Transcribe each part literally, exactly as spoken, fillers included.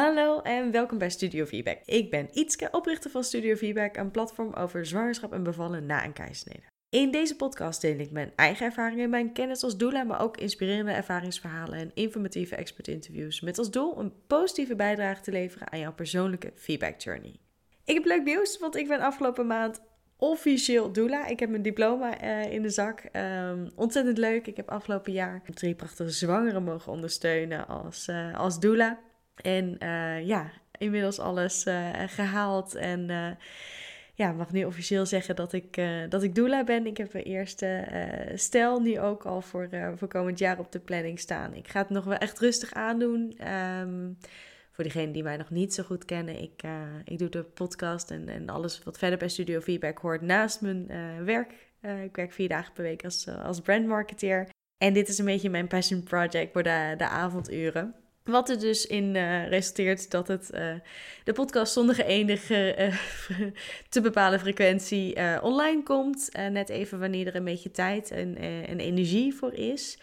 Hallo en welkom bij Studio Feedback. Ik ben Ietske, oprichter van Studio Feedback, een platform over zwangerschap en bevallen na een keizersnede. In deze podcast deel ik mijn eigen ervaringen, mijn kennis als doula, maar ook inspirerende ervaringsverhalen en informatieve expert-interviews met als doel een positieve bijdrage te leveren aan jouw persoonlijke feedback journey. Ik heb leuk nieuws, want ik ben afgelopen maand officieel doula. Ik heb mijn diploma uh, in de zak. Um, ontzettend leuk. Ik heb afgelopen jaar drie prachtige zwangeren mogen ondersteunen als, uh, als doula. En uh, ja, inmiddels alles uh, gehaald en uh, ja, mag nu officieel zeggen dat ik, uh, dat ik doula ben. Ik heb mijn eerste uh, stel nu ook al voor, uh, voor komend jaar op de planning staan. Ik ga het nog wel echt rustig aandoen. Um, voor diegenen die mij nog niet zo goed kennen, ik, uh, ik doe de podcast en, en alles wat verder bij Studio Feedback hoort naast mijn uh, werk. Uh, ik werk vier dagen per week als, uh, als brandmarketeer. En dit is een beetje mijn passion project voor de, de avonduren. Wat er dus in uh, resulteert dat het uh, de podcast zonder enige uh, te bepalen frequentie uh, online komt. Uh, net even wanneer er een beetje tijd en, uh, en energie voor is.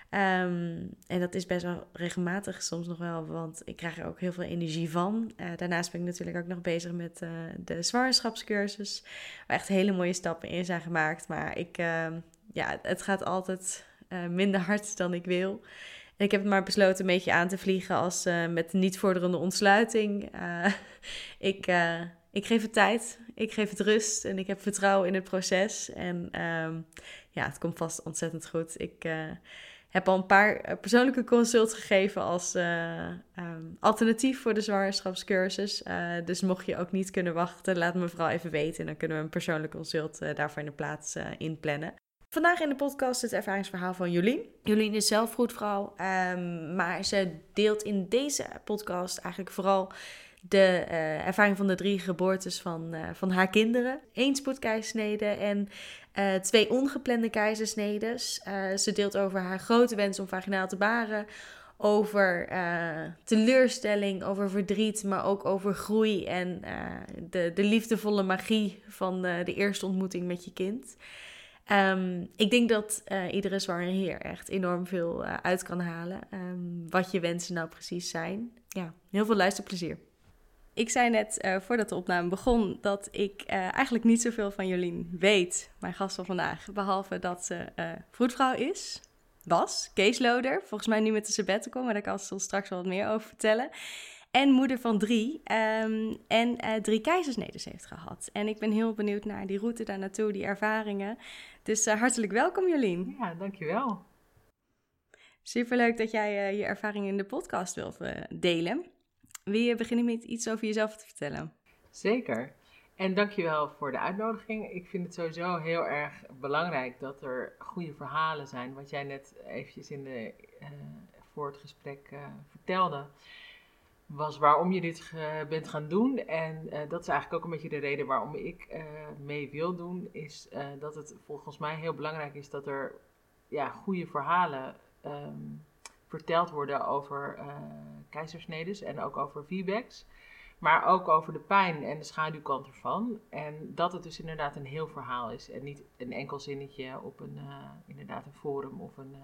Um, en dat is best wel regelmatig soms nog wel, want ik krijg er ook heel veel energie van. Uh, daarnaast ben ik natuurlijk ook nog bezig met uh, de zwangerschapscursus, waar echt hele mooie stappen in zijn gemaakt. Maar ik, uh, ja, het gaat altijd uh, minder hard dan ik wil. En ik heb het maar besloten een beetje aan te vliegen als uh, met niet vorderende ontsluiting. Uh, ik, uh, ik geef het tijd, ik geef het rust en ik heb vertrouwen in het proces. En um, ja, het komt vast ontzettend goed. Ik uh, heb al een paar persoonlijke consults gegeven als uh, um, alternatief voor de zwangerschapscursus. Uh, dus mocht je ook niet kunnen wachten, laat me vooral even weten. En dan kunnen we een persoonlijk consult uh, daarvoor in de plaats uh, inplannen. Vandaag in de podcast het ervaringsverhaal van Jolien. Jolien is zelf vroedvrouw, um, maar ze deelt in deze podcast eigenlijk vooral de uh, ervaring van de drie geboortes van, uh, van haar kinderen. Eén spoedkeizersnede en uh, twee ongeplande keizersnedes. Uh, ze deelt over haar grote wens om vaginaal te baren, over uh, teleurstelling, over verdriet, maar ook over groei en uh, de, de liefdevolle magie van uh, de eerste ontmoeting met je kind. Um, ik denk dat uh, iedere zwangere hier echt enorm veel uh, uit kan halen. Um, wat je wensen nou precies zijn. Ja, heel veel luisterplezier. Ik zei net uh, voordat de opname begon dat ik uh, eigenlijk niet zoveel van Jolien weet, mijn gast van vandaag. Behalve dat ze uh, vroedvrouw is, was, caseloader. Volgens mij nu met de sabbatical, maar daar kan ze straks wel wat meer over vertellen. En moeder van drie um, en uh, drie keizersnedes heeft gehad. En ik ben heel benieuwd naar die route daar naartoe, die ervaringen. Dus uh, hartelijk welkom Jolien. Ja, dankjewel. Superleuk dat jij uh, je ervaringen in de podcast wilt uh, delen. Wil je beginnen met iets over jezelf te vertellen? Zeker. En dankjewel voor de uitnodiging. Ik vind het sowieso heel erg belangrijk dat er goede verhalen zijn. Wat jij net eventjes in de, uh, voor het gesprek uh, vertelde, was waarom je dit uh, bent gaan doen. En uh, dat is eigenlijk ook een beetje de reden waarom ik uh, mee wil doen. Is uh, dat het volgens mij heel belangrijk is dat er ja, goede verhalen um, verteld worden over uh, keizersnedes en ook over V BAC's. Maar ook over de pijn en de schaduwkant ervan. En dat het dus inderdaad een heel verhaal is. En niet een enkel zinnetje op een, uh, inderdaad een forum of een... Uh,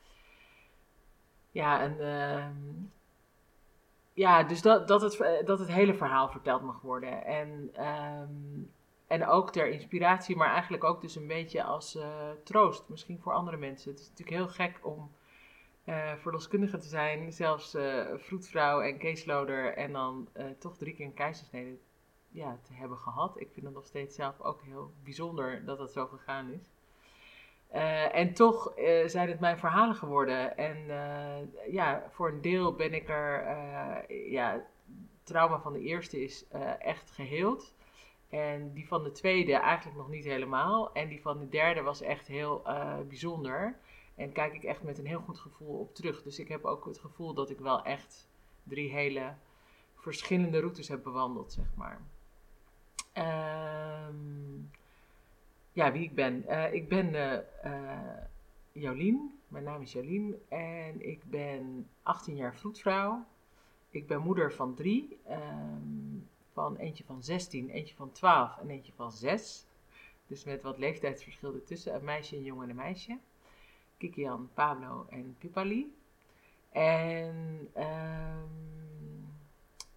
ja, een... Uh, ja, dus dat, dat, het, dat het hele verhaal verteld mag worden. En, um, en ook ter inspiratie, maar eigenlijk ook dus een beetje als uh, troost. Misschien voor andere mensen. Het is natuurlijk heel gek om uh, verloskundige te zijn. Zelfs uh, vroedvrouw en caseloader. En dan uh, toch drie keer een keizersnede ja, te hebben gehad. Ik vind het nog steeds zelf ook heel bijzonder dat dat zo gegaan is. Uh, en toch uh, zijn het mijn verhalen geworden. En uh, ja, voor een deel ben ik er... Uh, ja, het trauma van de eerste is uh, echt geheeld. En die van de tweede eigenlijk nog niet helemaal. En die van de derde was echt heel uh, bijzonder. En kijk ik echt met een heel goed gevoel op terug. Dus ik heb ook het gevoel dat ik wel echt drie hele verschillende routes heb bewandeld, zeg maar. Ehm... Um, Ja, wie ik ben. Uh, ik ben uh, uh, Jolien. Mijn naam is Jolien. En ik ben achttien jaar vroedvrouw. Ik ben moeder van drie. Um, van eentje van zestien, eentje van twaalf en eentje van zes. Dus met wat leeftijdsverschil ertussen. Een meisje, een jongen en een meisje. Kikian, Pablo en Pipali. En um,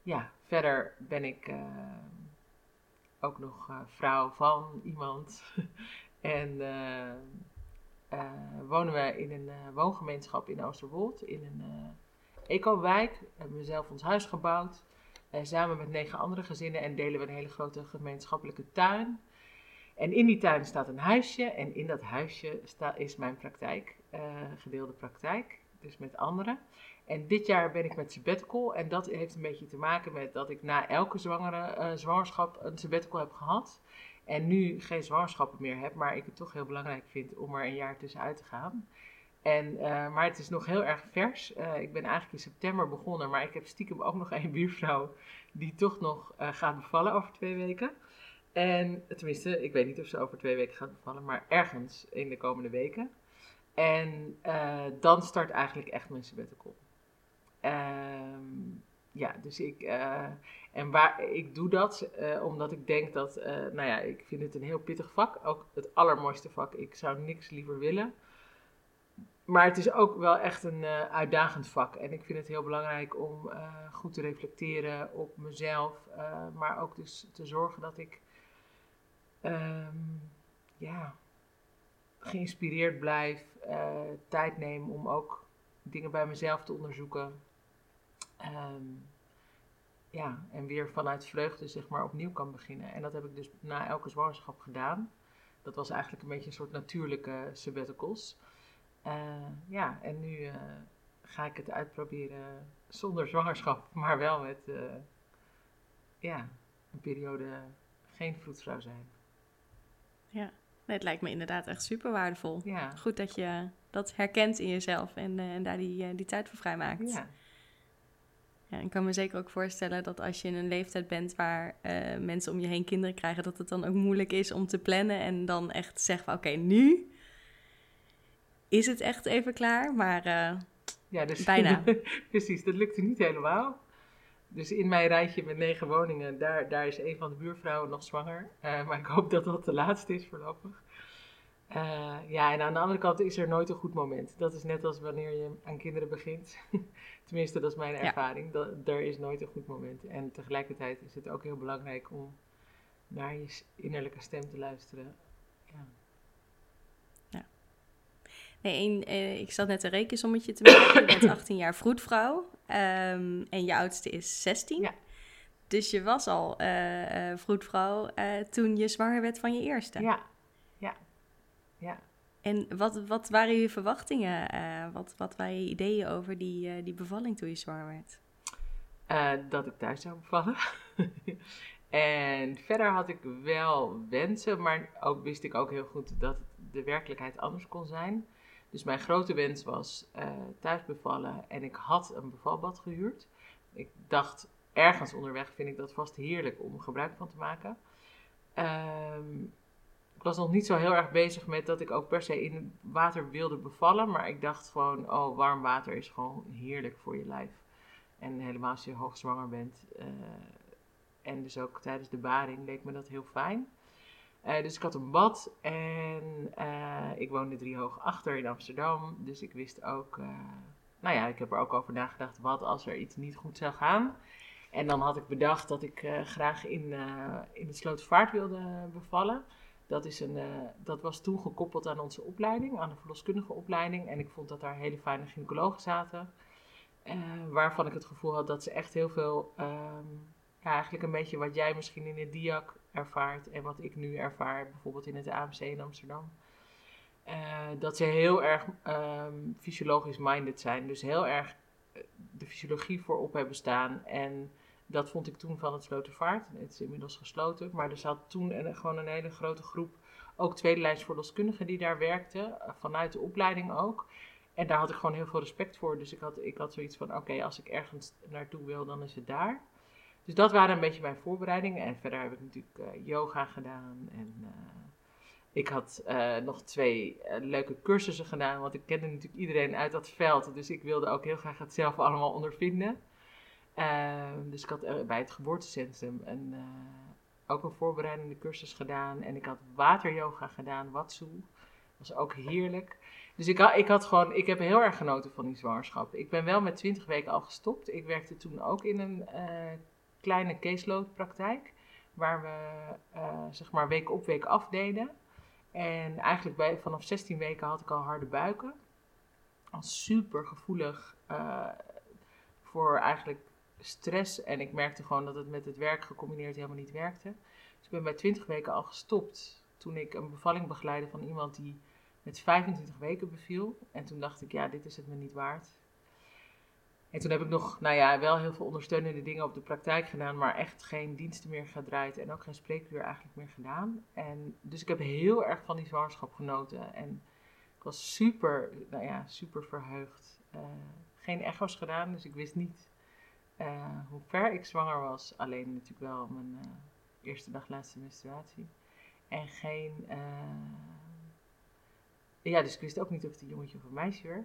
ja, verder ben ik uh, ook nog uh, vrouw van iemand. en uh, uh, wonen we in een uh, woongemeenschap in Oosterwold, in een uh, ecowijk. We hebben zelf ons huis gebouwd, uh, samen met negen andere gezinnen en delen we een hele grote gemeenschappelijke tuin. En in die tuin staat een huisje en in dat huisje sta, is mijn praktijk, uh, gedeelde praktijk, dus met anderen. En dit jaar ben ik met sabbatical en dat heeft een beetje te maken met dat ik na elke zwangere, uh, zwangerschap een sabbatical heb gehad. En nu geen zwangerschappen meer heb, maar ik het toch heel belangrijk vind om er een jaar tussenuit te gaan. En, uh, maar het is nog heel erg vers. Uh, ik ben eigenlijk in september begonnen, maar ik heb stiekem ook nog een buurvrouw die toch nog uh, gaat bevallen over twee weken. En tenminste, ik weet niet of ze over twee weken gaat bevallen, maar ergens in de komende weken. En uh, dan start eigenlijk echt mijn sabbatical. Um, ja, dus ik, uh, en waar, ik doe dat uh, omdat ik denk dat, uh, nou ja, ik vind het een heel pittig vak, ook het allermooiste vak. Ik zou niks liever willen. Maar het is ook wel echt een uh, uitdagend vak. En ik vind het heel belangrijk om uh, goed te reflecteren op mezelf, uh, maar ook dus te zorgen dat ik Um, ja, geïnspireerd blijf, uh, tijd neem om ook dingen bij mezelf te onderzoeken. Um, ja, en weer vanuit vreugde zeg maar opnieuw kan beginnen. En dat heb ik dus na elke zwangerschap gedaan. Dat was eigenlijk een beetje een soort natuurlijke sabbaticals. Uh, ja, en nu uh, ga ik het uitproberen zonder zwangerschap, maar wel met uh, ja, een periode geen vroedvrouw zijn. Ja, nee, het lijkt me inderdaad echt super waardevol. Ja. Goed dat je dat herkent in jezelf en, uh, en daar die, uh, die tijd voor vrijmaakt. Ja. Ja, ik kan me zeker ook voorstellen dat als je in een leeftijd bent waar uh, mensen om je heen kinderen krijgen, dat het dan ook moeilijk is om te plannen en dan echt te zeggen van oké, okay, nu is het echt even klaar, maar uh, ja, dus, bijna. Precies, dat lukte niet helemaal. Dus in mijn rijtje met negen woningen, daar, daar is een van de buurvrouwen nog zwanger. Uh, maar ik hoop dat dat de laatste is voorlopig. Uh, ja, en aan de andere kant is er nooit een goed moment. Dat is net als wanneer je aan kinderen begint. Tenminste, dat is mijn ervaring. Ja. Dat, er is nooit een goed moment. En tegelijkertijd is het ook heel belangrijk om naar je innerlijke stem te luisteren. Ja. Ja. Nee, en, uh, ik zat net een rekensommetje te maken. Je bent achttien jaar vroedvrouw. Um, en je oudste is zestien. Ja. Dus je was al uh, uh, vroedvrouw uh, toen je zwanger werd van je eerste. Ja, ja, ja. En wat, wat waren je verwachtingen? Uh, wat, wat waren je ideeën over die, uh, die bevalling toen je zwanger werd? Uh, dat ik thuis zou bevallen. En verder had ik wel wensen, maar ook wist ik ook heel goed dat de werkelijkheid anders kon zijn. Dus mijn grote wens was uh, thuis bevallen en ik had een bevalbad gehuurd. Ik dacht, ergens onderweg vind ik dat vast heerlijk om gebruik van te maken. Um, ik was nog niet zo heel erg bezig met dat ik ook per se in water wilde bevallen. Maar ik dacht gewoon, oh, warm water is gewoon heerlijk voor je lijf. En helemaal als je hoogzwanger bent. Uh, en dus ook tijdens de baring leek me dat heel fijn. Uh, dus ik had een bad en uh, ik woonde driehoog achter in Amsterdam. Dus ik wist ook, uh, nou ja, ik heb er ook over nagedacht, wat als er iets niet goed zou gaan. En dan had ik bedacht dat ik uh, graag in, uh, in het Slotervaart wilde bevallen. Dat, is een, uh, dat was toen gekoppeld aan onze opleiding, aan de verloskundige opleiding. En ik vond dat daar hele fijne gynaecologen zaten. Uh, waarvan ik het gevoel had dat ze echt heel veel, um, ja, eigenlijk een beetje wat jij misschien in het D I A C ervaart en wat ik nu ervaar, bijvoorbeeld in het A M C in Amsterdam. Uh, dat ze heel erg um, fysiologisch minded zijn, dus heel erg de fysiologie voorop hebben staan. En dat vond ik toen van het Slotervaart. Het is inmiddels gesloten, maar er zat toen een, gewoon een hele grote groep, ook tweedelijns verloskundigen die daar werkten, vanuit de opleiding ook. En daar had ik gewoon heel veel respect voor. Dus ik had, ik had zoiets van, oké, okay, als ik ergens naartoe wil, dan is het daar. Dus dat waren een beetje mijn voorbereidingen. En verder heb ik natuurlijk uh, yoga gedaan. En uh, ik had uh, nog twee uh, leuke cursussen gedaan. Want ik kende natuurlijk iedereen uit dat veld. Dus ik wilde ook heel graag het zelf allemaal ondervinden. Uh, dus ik had uh, bij het geboortecentrum een, uh, ook een voorbereidende cursus gedaan. En ik had wateryoga gedaan, Watsu. Dat was ook heerlijk. Dus ik, had, ik had gewoon, ik heb heel erg genoten van die zwangerschap. Ik ben wel met twintig weken al gestopt. Ik werkte toen ook in een uh, kleine caseloadpraktijk. Waar we uh, zeg maar week op week afdeden. En eigenlijk bij, vanaf zestien weken had ik al harde buiken. Al super gevoelig uh, voor eigenlijk stress. En ik merkte gewoon dat het met het werk gecombineerd helemaal niet werkte. Dus ik ben bij twintig weken al gestopt. Toen ik een bevalling begeleidde van iemand die met vijfentwintig weken beviel. En toen dacht ik, ja, dit is het me niet waard. En toen heb ik nog, nou ja, wel heel veel ondersteunende dingen op de praktijk gedaan, maar echt geen diensten meer gedraaid en ook geen spreekuur eigenlijk meer gedaan. En dus ik heb heel erg van die zwangerschap genoten en ik was super, nou ja, super verheugd. Uh, geen echo's gedaan, dus ik wist niet uh, hoe ver ik zwanger was. Alleen natuurlijk wel mijn uh, eerste dag laatste menstruatie. En geen, uh, ja, dus ik wist ook niet of het een jongetje of een meisje werd.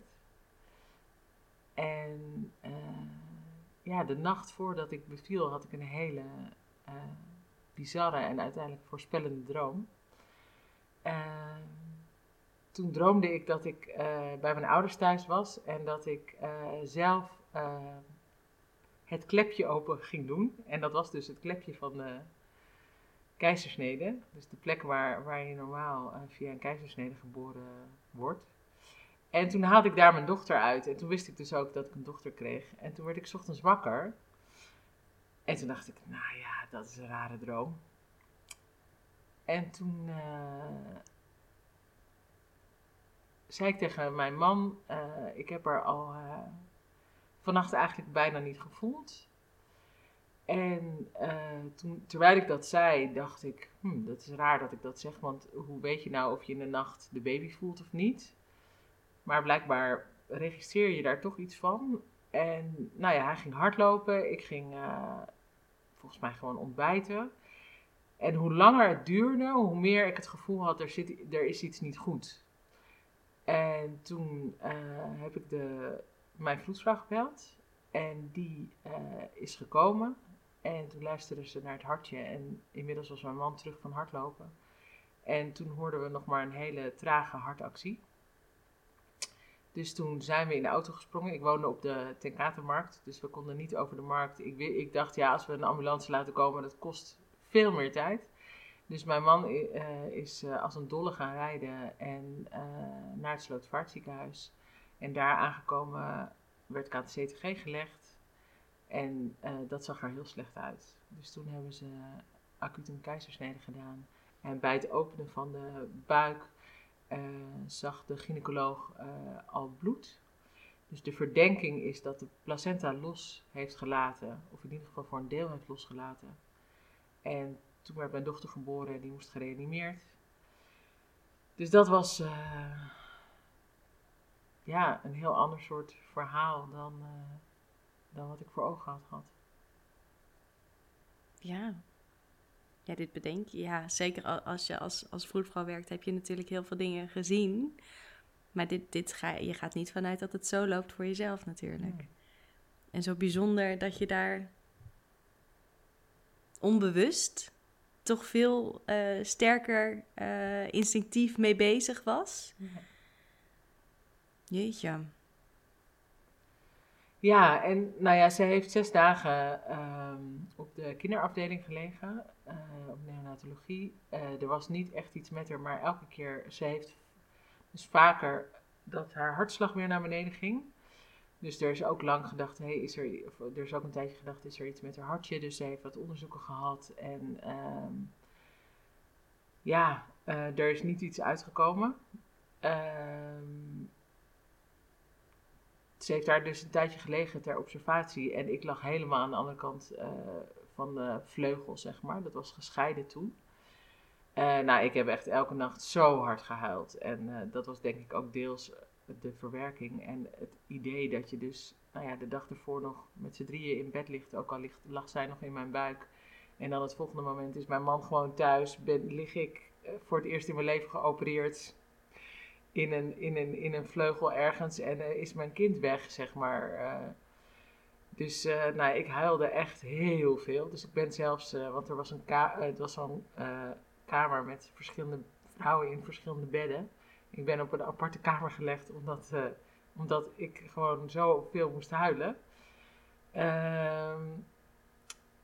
En uh, ja, de nacht voordat ik beviel had ik een hele uh, bizarre en uiteindelijk voorspellende droom. Uh, toen droomde ik dat ik uh, bij mijn ouders thuis was en dat ik uh, zelf uh, het klepje open ging doen. En dat was dus het klepje van de keizersnede. Dus de plek waar, waar je normaal uh, via een keizersnede geboren wordt. En toen haalde ik daar mijn dochter uit. En toen wist ik dus ook dat ik een dochter kreeg. En toen werd ik 's ochtends wakker. En toen dacht ik, nou ja, dat is een rare droom. En toen uh, zei ik tegen mijn man, uh, ik heb haar al uh, vannacht eigenlijk bijna niet gevoeld. En uh, toen, terwijl ik dat zei, dacht ik, hm, dat is raar dat ik dat zeg. Want hoe weet je nou of je in de nacht de baby voelt of niet? Maar blijkbaar registreer je daar toch iets van. En nou ja, hij ging hardlopen. Ik ging uh, volgens mij gewoon ontbijten. En hoe langer het duurde, hoe meer ik het gevoel had, er, zit, er is iets niet goed. En toen uh, heb ik de, mijn vroedvrouw gebeld. En die uh, is gekomen. En toen luisterde ze naar het hartje. En inmiddels was mijn man terug van hardlopen. En toen hoorden we nog maar een hele trage hartactie. Dus toen zijn we in de auto gesprongen. Ik woonde op de Ten Katenmarkt, dus we konden niet over de markt. Ik, ik dacht, ja, als we een ambulance laten komen, dat kost veel meer tijd. Dus mijn man uh, is uh, als een dolle gaan rijden en uh, naar het Slotervaartziekenhuis. En daar aangekomen werd ik aan het C T G gelegd. En uh, dat zag er heel slecht uit. Dus toen hebben ze acuut een keizersnede gedaan. En bij het openen van de buik Uh, zag de gynaecoloog uh, al bloed. Dus de verdenking is dat de placenta los heeft gelaten, of in ieder geval voor een deel heeft losgelaten. En toen werd mijn dochter geboren en die moest gereanimeerd. Dus dat was uh, ja, een heel ander soort verhaal dan, uh, dan wat ik voor ogen had gehad. Ja. Ja, dit bedenk je. Ja, zeker als je als, als vroedvrouw werkt, heb je natuurlijk heel veel dingen gezien. Maar dit, dit ga, je gaat niet vanuit dat het zo loopt voor jezelf natuurlijk. Nee. En zo bijzonder dat je daar onbewust toch veel uh, sterker uh, instinctief mee bezig was. Ja. Jeetje. Ja, en nou ja, ze heeft zes dagen um, op de kinderafdeling gelegen, uh, op neonatologie. Uh, er was niet echt iets met haar, maar elke keer, ze heeft dus vaker dat haar hartslag weer naar beneden ging. Dus er is ook lang gedacht, hey, is er, of er is ook een tijdje gedacht, is er iets met haar hartje? Dus ze heeft wat onderzoeken gehad en um, ja, uh, er is niet iets uitgekomen. Um, Ze heeft daar dus een tijdje gelegen ter observatie en ik lag helemaal aan de andere kant uh, van de vleugel, zeg maar. Dat was gescheiden toen. Uh, nou, ik heb echt elke nacht zo hard gehuild. En uh, dat was denk ik ook deels de verwerking en het idee dat je dus, nou ja, de dag ervoor nog met z'n drieën in bed ligt. Ook al ligt, lag zij nog in mijn buik. En dan het volgende moment is mijn man gewoon thuis. Ben, lig ik uh, voor het eerst in mijn leven geopereerd in een, in een, in een vleugel ergens en uh, is mijn kind weg, zeg maar. Uh, dus uh, nou, ik huilde echt heel veel. Dus ik ben zelfs, uh, want er was een ka- uh, het was zo'n uh, kamer met verschillende vrouwen in verschillende bedden. Ik ben op een aparte kamer gelegd omdat, uh, omdat ik gewoon zo veel moest huilen. Uh,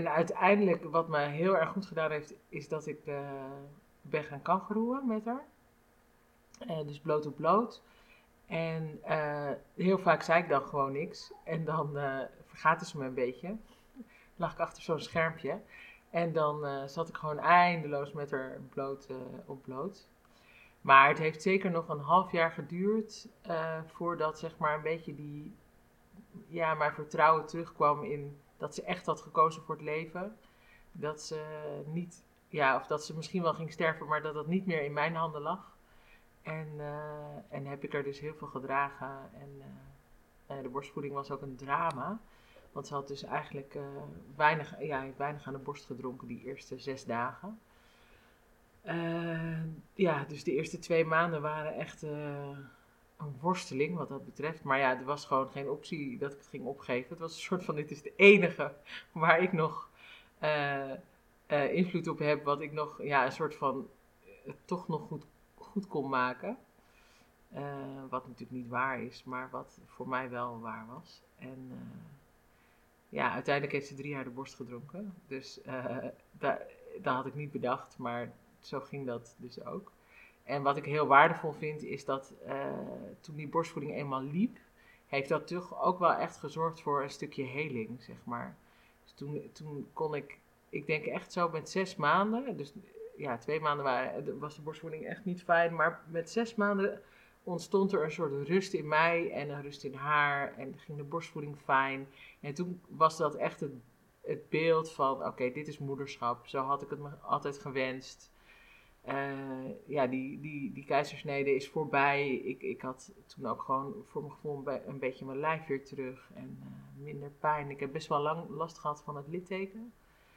en uiteindelijk, wat me heel erg goed gedaan heeft, is dat ik uh, ben gaan kangeroeën met haar. Uh, dus bloot op bloot. En uh, heel vaak zei ik dan gewoon niks. En dan uh, vergaten ze me een beetje. Lag ik achter zo'n schermpje. En dan uh, zat ik gewoon eindeloos met haar bloot uh, op bloot. Maar het heeft zeker nog een half jaar geduurd uh, voordat zeg maar een beetje die, ja, mijn vertrouwen terugkwam in dat ze echt had gekozen voor het leven. Dat ze niet, ja, of dat ze misschien wel ging sterven, maar dat dat niet meer in mijn handen lag. En, uh, en heb ik er dus heel veel gedragen. En uh, de borstvoeding was ook een drama. Want ze had dus eigenlijk uh, weinig, ja, weinig aan de borst gedronken die eerste zes dagen. Uh, ja, dus de eerste twee maanden waren echt uh, een worsteling wat dat betreft. Maar ja, er was gewoon geen optie dat ik het ging opgeven. Het was een soort van, dit is de enige waar ik nog uh, uh, invloed op heb. Wat ik nog, ja, een soort van, uh, toch nog goed, goed kon maken. Uh, wat natuurlijk niet waar is, maar wat voor mij wel waar was. En uh, ja, uiteindelijk heeft ze drie jaar de borst gedronken. Dus uh, da- dat had ik niet bedacht, maar zo ging dat dus ook. En wat ik heel waardevol vind, is dat uh, toen die borstvoeding eenmaal liep, heeft dat toch ook wel echt gezorgd voor een stukje heling, zeg maar. Dus toen, toen kon ik, ik denk echt zo met zes maanden, dus ja, twee maanden waren, was de borstvoeding echt niet fijn, maar met zes maanden ontstond er een soort rust in mij en een rust in haar en ging de borstvoeding fijn. En toen was dat echt het, het beeld van, oké, okay, dit is moederschap, zo had ik het me altijd gewenst. Uh, ja, die, die, die keizersnede is voorbij. Ik, ik had toen ook gewoon voor mijn gevoel een, een beetje mijn lijf weer terug en uh, minder pijn. Ik heb best wel lang last gehad van het litteken.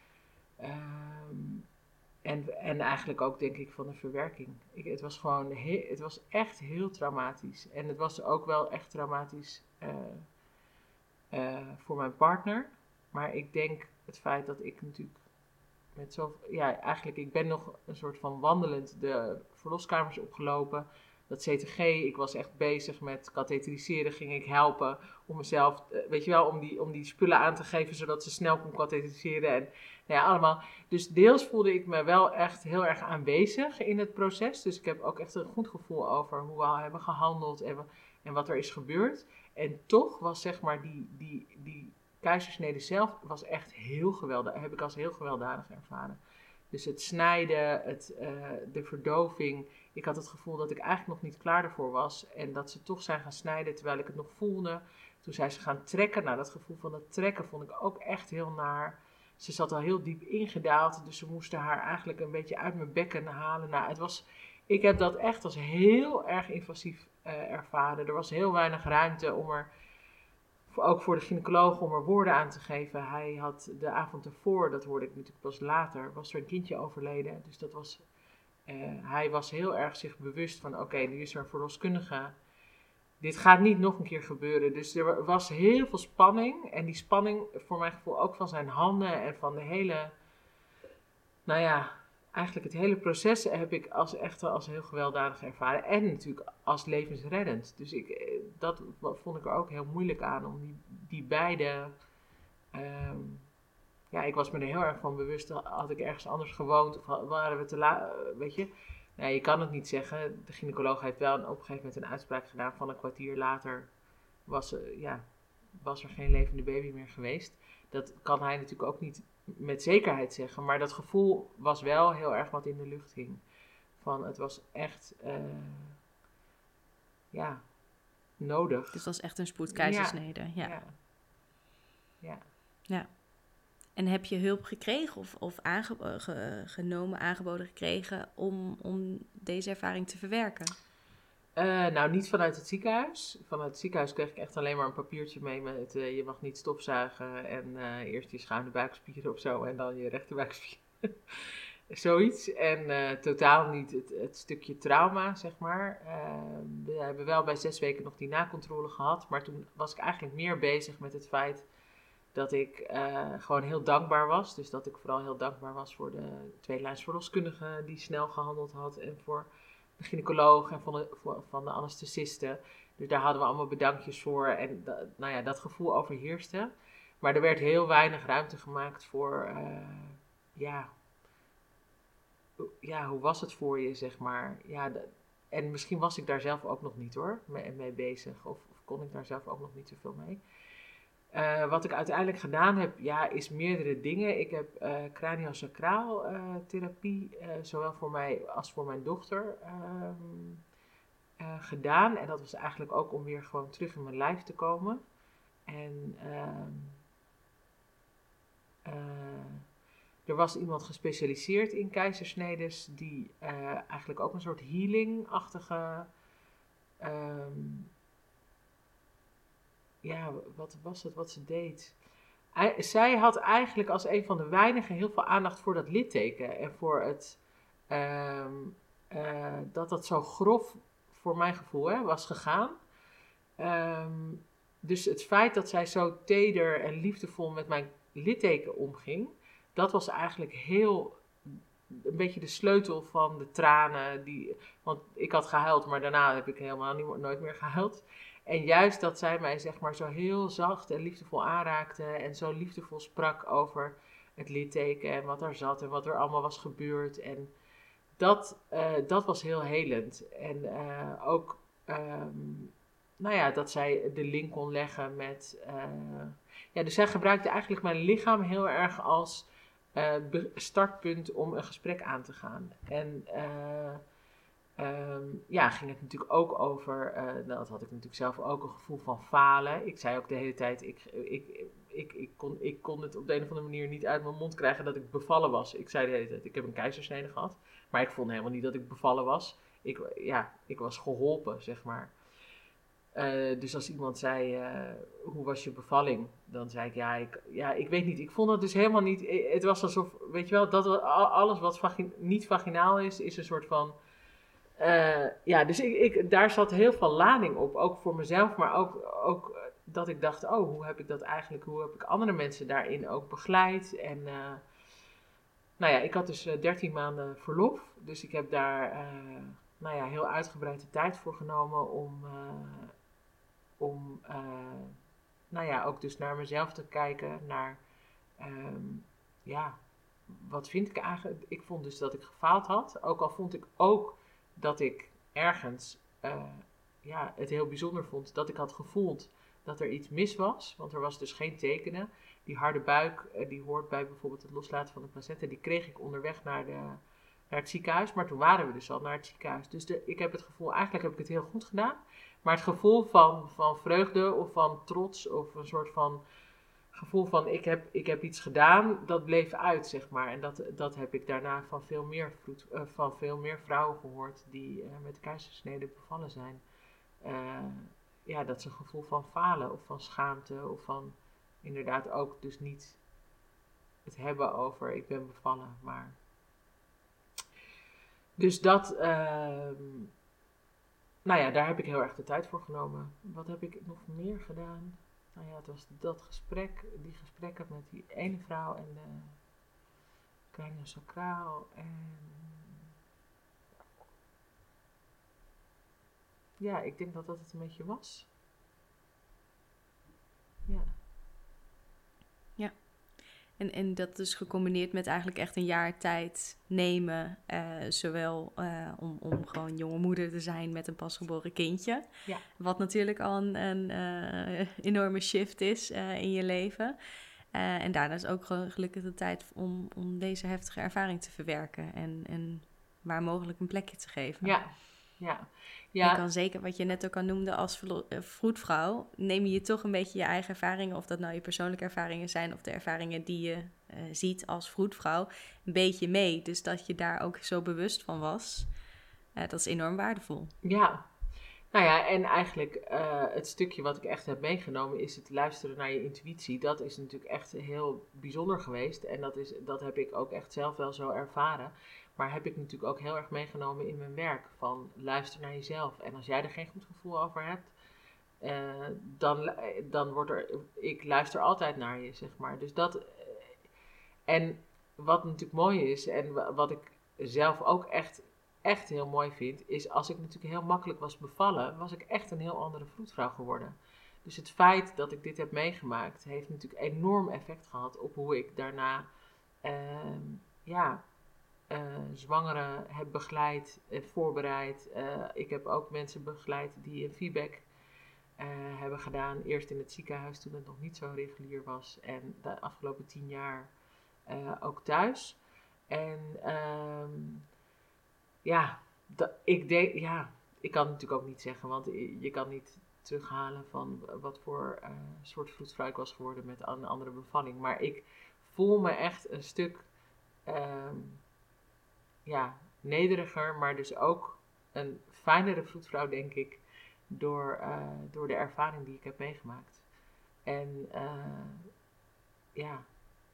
Um, en, en eigenlijk ook denk ik van de verwerking. Ik, het was gewoon, he, het was echt heel traumatisch. En het was ook wel echt traumatisch uh, uh, voor mijn partner. Maar ik denk het feit dat ik natuurlijk met zo, ja, eigenlijk, ik ben nog een soort van wandelend de verloskamers opgelopen. Dat C T G, ik was echt bezig met katheteriseren, ging ik helpen om mezelf, weet je wel, om die, om die spullen aan te geven, zodat ze snel kon katheteriseren en nou ja, allemaal. Dus deels voelde ik me wel echt heel erg aanwezig in het proces. Dus ik heb ook echt een goed gevoel over hoe we hebben gehandeld en, en wat er is gebeurd. En toch was zeg maar die, die, die keizersnede zelf was echt heel geweldig, heb ik als heel gewelddadig ervaren. Dus het snijden, het, uh, de verdoving. Ik had het gevoel dat ik eigenlijk nog niet klaar ervoor was. En dat ze toch zijn gaan snijden terwijl ik het nog voelde. Toen zijn ze gaan trekken. Nou, dat gevoel van het trekken vond ik ook echt heel naar. Ze zat al heel diep ingedaald. Dus ze moesten haar eigenlijk een beetje uit mijn bekken halen. Nou, het was, ik heb dat echt als heel erg invasief uh, ervaren. Er was heel weinig ruimte om er, ook voor de gynaecoloog, om er woorden aan te geven. Hij had de avond ervoor, dat hoorde ik natuurlijk pas later, was er een kindje overleden. Dus dat was, uh, hij was heel erg zich bewust van, oké, okay, nu is er een verloskundige. Dit gaat niet nog een keer gebeuren. Dus er was heel veel spanning. En die spanning, voor mijn gevoel, ook van zijn handen en van de hele, nou ja, eigenlijk het hele proces heb ik als echt als heel gewelddadig ervaren. En natuurlijk als levensreddend. Dus ik, dat vond ik er ook heel moeilijk aan. Om die, die beide, um, ja, ik was me er heel erg van bewust. Had ik ergens anders gewoond of waren we te laat, weet je. Nou, je kan het niet zeggen. De gynaecoloog heeft wel op een gegeven moment een uitspraak gedaan van een kwartier later was, uh, ja, was er geen levende baby meer geweest. Dat kan hij natuurlijk ook niet met zekerheid zeggen. Maar dat gevoel was wel heel erg wat in de lucht hing. Van het was echt, uh, ja, nodig. Dus het was echt een spoedkeizersnede. Ja. Ja. Ja. ja. En heb je hulp gekregen of, of aange- ge- genomen, aangeboden gekregen om, om deze ervaring te verwerken? Uh, nou, niet vanuit het ziekenhuis. Vanuit het ziekenhuis kreeg ik echt alleen maar een papiertje mee met uh, je mag niet stofzuigen en uh, eerst je schuine buikspieren of zo en dan je rechterbuikspieren. Zoiets. En uh, totaal niet het, het stukje trauma, zeg maar. Uh, we hebben wel bij zes weken nog die nakontrole gehad, maar toen was ik eigenlijk meer bezig met het feit dat ik uh, gewoon heel dankbaar was. Dus dat ik vooral heel dankbaar was voor de tweelijns verloskundige die snel gehandeld had en voor de gynaecoloog en van de, voor, van de anesthesisten. Dus daar hadden we allemaal bedankjes voor. En da, nou ja, dat gevoel overheerste. Maar er werd heel weinig ruimte gemaakt voor, uh, ja, ja, hoe was het voor je, zeg maar. Ja, de, en misschien was ik daar zelf ook nog niet hoor, mee, mee bezig. Of, of kon ik daar zelf ook nog niet zoveel mee. Uh, wat ik uiteindelijk gedaan heb, ja, is meerdere dingen. Ik heb uh, craniosacraal uh, therapie, uh, zowel voor mij als voor mijn dochter, uh, uh, gedaan. En dat was eigenlijk ook om weer gewoon terug in mijn lijf te komen. En uh, uh, er was iemand gespecialiseerd in keizersnedes die uh, eigenlijk ook een soort healing-achtige... Um, ja, wat was het wat ze deed? I, zij had eigenlijk als een van de weinigen heel veel aandacht voor dat litteken. En voor het, um, uh, dat dat zo grof, voor mijn gevoel, hè, was gegaan. Um, dus het feit dat zij zo teder en liefdevol met mijn litteken omging, dat was eigenlijk heel, een beetje de sleutel van de tranen. Die, want ik had gehuild, maar daarna heb ik helemaal niet, nooit meer gehuild. En juist dat zij mij zeg maar zo heel zacht en liefdevol aanraakte en zo liefdevol sprak over het litteken en wat er zat en wat er allemaal was gebeurd. En dat, uh, dat was heel helend. En uh, ook, um, nou ja, dat zij de link kon leggen met... Uh, ja, dus zij gebruikte eigenlijk mijn lichaam heel erg als uh, startpunt om een gesprek aan te gaan. En... Uh, Um, ja, ging het natuurlijk ook over, uh, dat had ik natuurlijk zelf ook, een gevoel van falen. Ik zei ook de hele tijd, ik, ik, ik, ik, kon, ik kon het op de een of andere manier niet uit mijn mond krijgen dat ik bevallen was. Ik zei de hele tijd, ik heb een keizersnede gehad, maar ik vond helemaal niet dat ik bevallen was. Ik, ja, ik was geholpen, zeg maar. Uh, dus als iemand zei, uh, hoe was je bevalling? Dan zei ik, ja ik, ja, ik weet niet. Ik vond het dus helemaal niet, het was alsof, weet je wel, dat alles wat vagin, niet vaginaal is, is een soort van... Uh, ja, dus ik, ik, daar zat heel veel lading op, ook voor mezelf, maar ook, ook dat ik dacht, oh, hoe heb ik dat eigenlijk, hoe heb ik andere mensen daarin ook begeleid? En uh, nou ja, ik had dus uh, dertien maanden verlof, dus ik heb daar uh, nou ja, heel uitgebreid de tijd voor genomen om, uh, om uh, nou ja, ook dus naar mezelf te kijken, naar, um, ja, wat vind ik eigenlijk? Ik vond dus dat ik gefaald had, ook al vond ik ook dat ik ergens uh, ja, het heel bijzonder vond dat ik had gevoeld dat er iets mis was. Want er was dus geen tekenen. Die harde buik, uh, die hoort bij bijvoorbeeld het loslaten van de placenta, die kreeg ik onderweg naar, de, naar het ziekenhuis. Maar toen waren we dus al naar het ziekenhuis. Dus de, ik heb het gevoel, eigenlijk heb ik het heel goed gedaan. Maar het gevoel van, van vreugde of van trots of een soort van... gevoel van ik heb, ik heb iets gedaan, dat bleef uit, zeg maar. En dat, dat heb ik daarna van veel meer, vroed, uh, van veel meer vrouwen gehoord die uh, met keizersnede bevallen zijn. Uh, ja, dat ze een gevoel van falen of van schaamte of van inderdaad ook dus niet het hebben over ik ben bevallen, maar... Dus dat, uh, nou ja, daar heb ik heel erg de tijd voor genomen. Wat heb ik nog meer gedaan? Nou ja, het was dat gesprek, die gesprekken met die ene vrouw en de craniosacraal en... Ja, ik denk dat dat het een beetje was. Ja. Ja. En, en dat is gecombineerd met eigenlijk echt een jaar tijd nemen. Uh, zowel uh, om, om gewoon jonge moeder te zijn met een pasgeboren kindje. Ja. Wat natuurlijk al een, een uh, enorme shift is uh, in je leven. Uh, en daarna is ook gelukkig de tijd om, om deze heftige ervaring te verwerken. En, en waar mogelijk een plekje te geven. Ja, ja. Ja. Je kan zeker, wat je net ook al noemde als vlo- uh, vroedvrouw, neem je toch een beetje je eigen ervaringen, of dat nou je persoonlijke ervaringen zijn, of de ervaringen die je uh, ziet als vroedvrouw, een beetje mee. Dus dat je daar ook zo bewust van was, uh, dat is enorm waardevol. Ja, nou ja, en eigenlijk uh, het stukje wat ik echt heb meegenomen is het luisteren naar je intuïtie. Dat is natuurlijk echt heel bijzonder geweest en dat, is, dat heb ik ook echt zelf wel zo ervaren. Maar heb ik natuurlijk ook heel erg meegenomen in mijn werk. Van luister naar jezelf. En als jij er geen goed gevoel over hebt. Uh, dan, dan wordt er... Ik luister altijd naar je, zeg maar. Dus dat... Uh, en wat natuurlijk mooi is. En wat ik zelf ook echt, echt heel mooi vind. Is als ik natuurlijk heel makkelijk was bevallen. Was ik echt een heel andere vroedvrouw geworden. Dus het feit dat ik dit heb meegemaakt, heeft natuurlijk enorm effect gehad op hoe ik daarna uh, ja, uh, zwangeren heb begeleid, uh, voorbereid. Uh, ik heb ook mensen begeleid die een feedback uh, hebben gedaan. Eerst in het ziekenhuis toen het nog niet zo regulier was. En de afgelopen tien jaar uh, ook thuis. En uh, ja, dat, ik denk, ja, ik kan het natuurlijk ook niet zeggen, want je kan niet terughalen van wat voor uh, soort vroedvrouw ik was geworden met een andere bevalling. Maar ik voel me echt een stuk uh, ja, nederiger, maar dus ook een fijnere vroedvrouw, denk ik, door, uh, door de ervaring die ik heb meegemaakt. En uh, ja...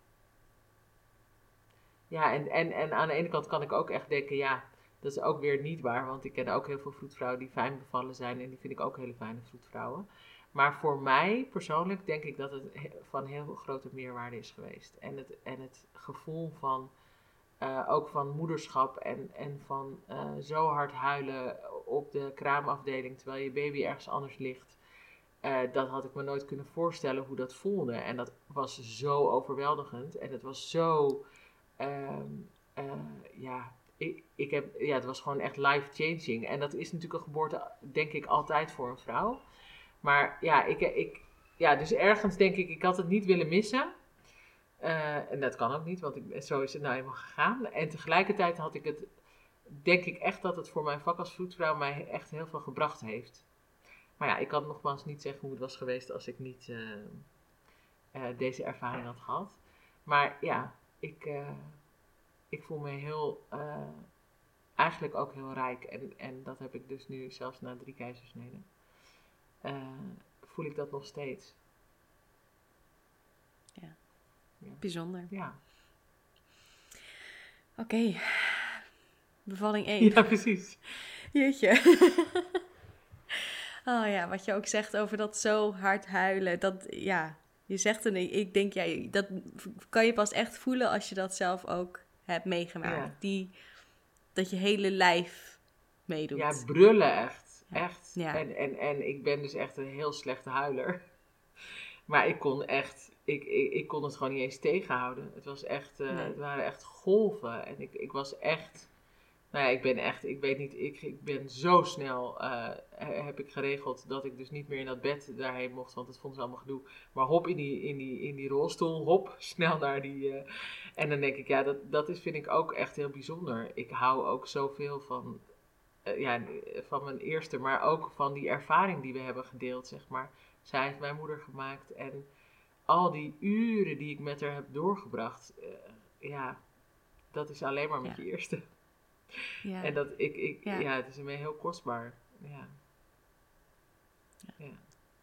Ja, en, en, en aan de ene kant kan ik ook echt denken, ja, dat is ook weer niet waar. Want ik ken ook heel veel vroedvrouwen die fijn bevallen zijn en die vind ik ook hele fijne vroedvrouwen. Maar voor mij persoonlijk denk ik dat het van heel grote meerwaarde is geweest. En het, en het gevoel van, uh, ook van moederschap en, en van uh, zo hard huilen op de kraamafdeling terwijl je baby ergens anders ligt. Uh, dat had ik me nooit kunnen voorstellen hoe dat voelde. En dat was zo overweldigend en het was zo... Uh, uh, ja, ik, ik heb, ja, het was gewoon echt life-changing. En dat is natuurlijk een geboorte, denk ik, altijd voor een vrouw. Maar ja, ik, ik, ja, dus ergens denk ik, ik had het niet willen missen. Uh, en dat kan ook niet, want ik, zo is het nou eenmaal gegaan. En tegelijkertijd had ik het, denk ik echt dat het voor mijn vak als vroedvrouw mij echt heel veel gebracht heeft. Maar ja, ik kan nogmaals niet zeggen hoe het was geweest als ik niet uh, uh, deze ervaring had gehad. Maar ja, ik... Uh, Ik voel me heel, uh, eigenlijk ook heel rijk. En, en dat heb ik dus nu zelfs na drie keizersneden. Uh, voel ik dat nog steeds. Ja, ja. Bijzonder. Ja. Oké, okay. Bevalling één. Ja, precies. Jeetje. Oh ja, wat je ook zegt over dat zo hard huilen. Dat, ja, je zegt en ik denk, ja, dat kan je pas echt voelen als je dat zelf ook... hebt meegemaakt. Ja. Die, dat je hele lijf meedoet. Ja, brullen echt. Ja. Echt. Ja. En, en, en ik ben dus echt een heel slechte huiler. Maar ik kon echt, ik, ik, ik kon het gewoon niet eens tegenhouden. Het was echt, uh, nee. Het waren echt golven. En ik, ik was echt, nou ja, ik ben echt, ik weet niet, ik, ik ben zo snel, uh, heb ik geregeld dat ik dus niet meer in dat bed daarheen mocht, want dat vonden ze allemaal gedoe. Maar hop in die, in die, in die rolstoel, hop, snel naar die, uh, en dan denk ik, ja, dat, dat is, vind ik ook echt heel bijzonder. Ik hou ook zoveel van, uh, ja, van mijn eerste, maar ook van die ervaring die we hebben gedeeld, zeg maar. Zij heeft mijn moeder gemaakt en al die uren die ik met haar heb doorgebracht, uh, ja, dat is alleen maar met ja. je eerste. Ja. En dat ik, ik ja. ja, het is mij heel kostbaar. Ja. Ja. Ja.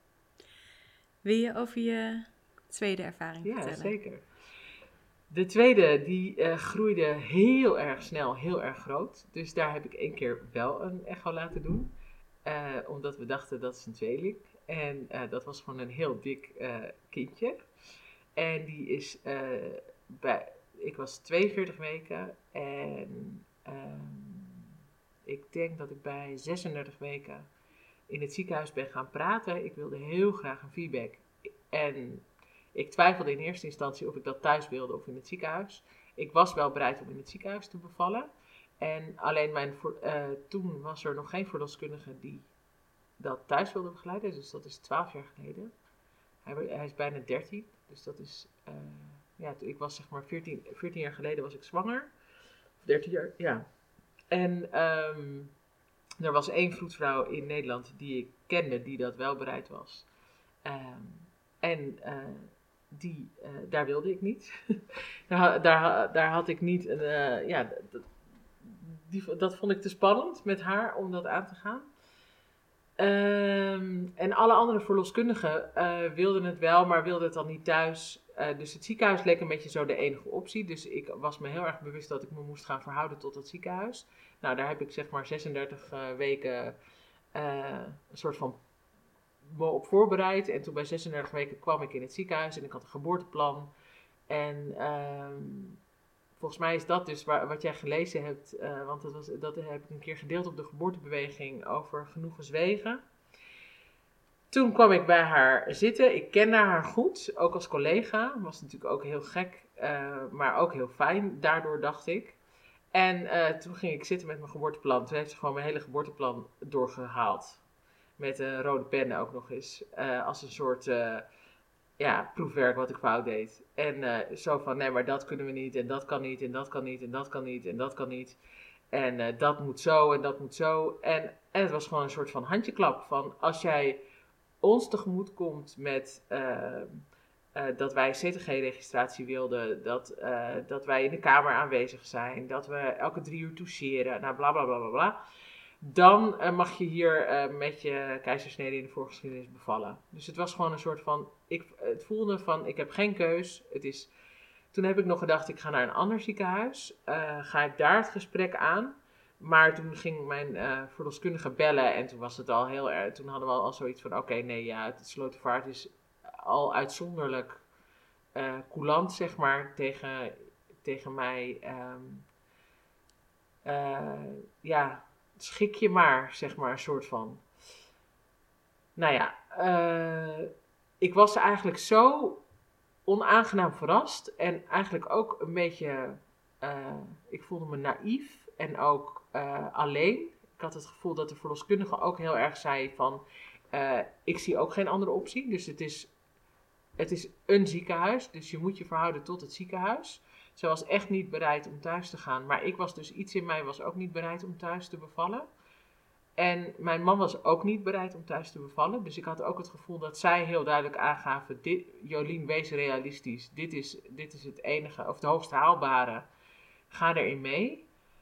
Wil je over je tweede ervaring ja, vertellen? Ja, zeker. De tweede, die uh, groeide heel erg snel, heel erg groot. Dus daar heb ik één keer wel een echo laten doen. Uh, omdat we dachten dat is een tweeling. En uh, dat was gewoon een heel dik uh, kindje. En die is uh, bij, ik was tweeënveertig weken en um, ik denk dat ik bij zesendertig weken in het ziekenhuis ben gaan praten. Ik wilde heel graag een feedback. En ik twijfelde in eerste instantie of ik dat thuis wilde of in het ziekenhuis. Ik was wel bereid om in het ziekenhuis te bevallen. En alleen mijn, uh, toen was er nog geen verloskundige die dat thuis wilde begeleiden. Dus dat is twaalf jaar geleden. Hij, hij is bijna dertien. Dus dat is, uh, ja, ik was zeg maar veertien, veertien jaar geleden was ik zwanger. dertien jaar, ja. En um, er was één vroedvrouw in Nederland die ik kende die dat wel bereid was. Um, en uh, die, uh, daar wilde ik niet. daar, daar, daar had ik niet, een, uh, ja, dat, die, dat vond ik te spannend met haar om dat aan te gaan. Um, en alle andere verloskundigen uh, wilden het wel, maar wilden het dan niet thuis. Uh, dus het ziekenhuis leek een beetje zo de enige optie. Dus ik was me heel erg bewust dat ik me moest gaan verhouden tot het ziekenhuis. Nou, daar heb ik zeg maar zesendertig uh, weken uh, een soort van me op voorbereid. En toen bij zesendertig weken kwam ik in het ziekenhuis en ik had een geboorteplan. En um, volgens mij is dat dus waar, wat jij gelezen hebt, uh, want dat, was, dat heb ik een keer gedeeld op de geboortebeweging over genoegen zwegen. toen kwam ik bij haar zitten. Ik kende haar goed, ook als collega. Was natuurlijk ook heel gek, uh, maar ook heel fijn. Daardoor dacht ik. En uh, toen ging ik zitten met mijn geboorteplan. Toen heeft ze gewoon mijn hele geboorteplan doorgehaald. Met een rode pen ook nog eens. Uh, als een soort uh, ja, proefwerk wat ik fout deed. En uh, zo van, nee, maar dat kunnen we niet. En dat kan niet. En dat kan niet. En dat kan niet. En dat kan niet. En uh, dat moet zo. En dat moet zo. En, en het was gewoon een soort van handjeklap. Van als jij ons tegemoet komt met uh, uh, dat wij C T G-registratie wilden, dat, uh, dat wij in de kamer aanwezig zijn, dat we elke drie uur toucheren, nou bla bla bla bla bla, dan uh, mag je hier uh, met je keizersnede in de voorgeschiedenis bevallen. Dus het was gewoon een soort van, ik, het voelde van, ik heb geen keus, het is, toen heb ik nog gedacht, ik ga naar een ander ziekenhuis, uh, ga ik daar het gesprek aan. Maar toen ging mijn uh, verloskundige bellen en toen was het al heel erg. Toen hadden we al zoiets van: oké, okay, nee, ja, het Slotervaart is al uitzonderlijk uh, coulant, zeg maar, tegen, tegen mij. Um, uh, ja, schik je maar, zeg maar, een soort van. Nou ja, uh, ik was eigenlijk zo onaangenaam verrast en eigenlijk ook een beetje. Uh, ik voelde me naïef en ook. Uh, alleen. Ik had het gevoel dat de verloskundige ook heel erg zei van, uh, ik zie ook geen andere optie. Dus het is, het is een ziekenhuis, dus je moet je verhouden tot het ziekenhuis. Ze was echt niet bereid om thuis te gaan, maar ik was dus, iets in mij was ook niet bereid om thuis te bevallen. En mijn man was ook niet bereid om thuis te bevallen. Dus ik had ook het gevoel dat zij heel duidelijk aangaven, dit, Jolien, wees realistisch. Dit is, dit is het enige, of het hoogst haalbare. Ga erin mee.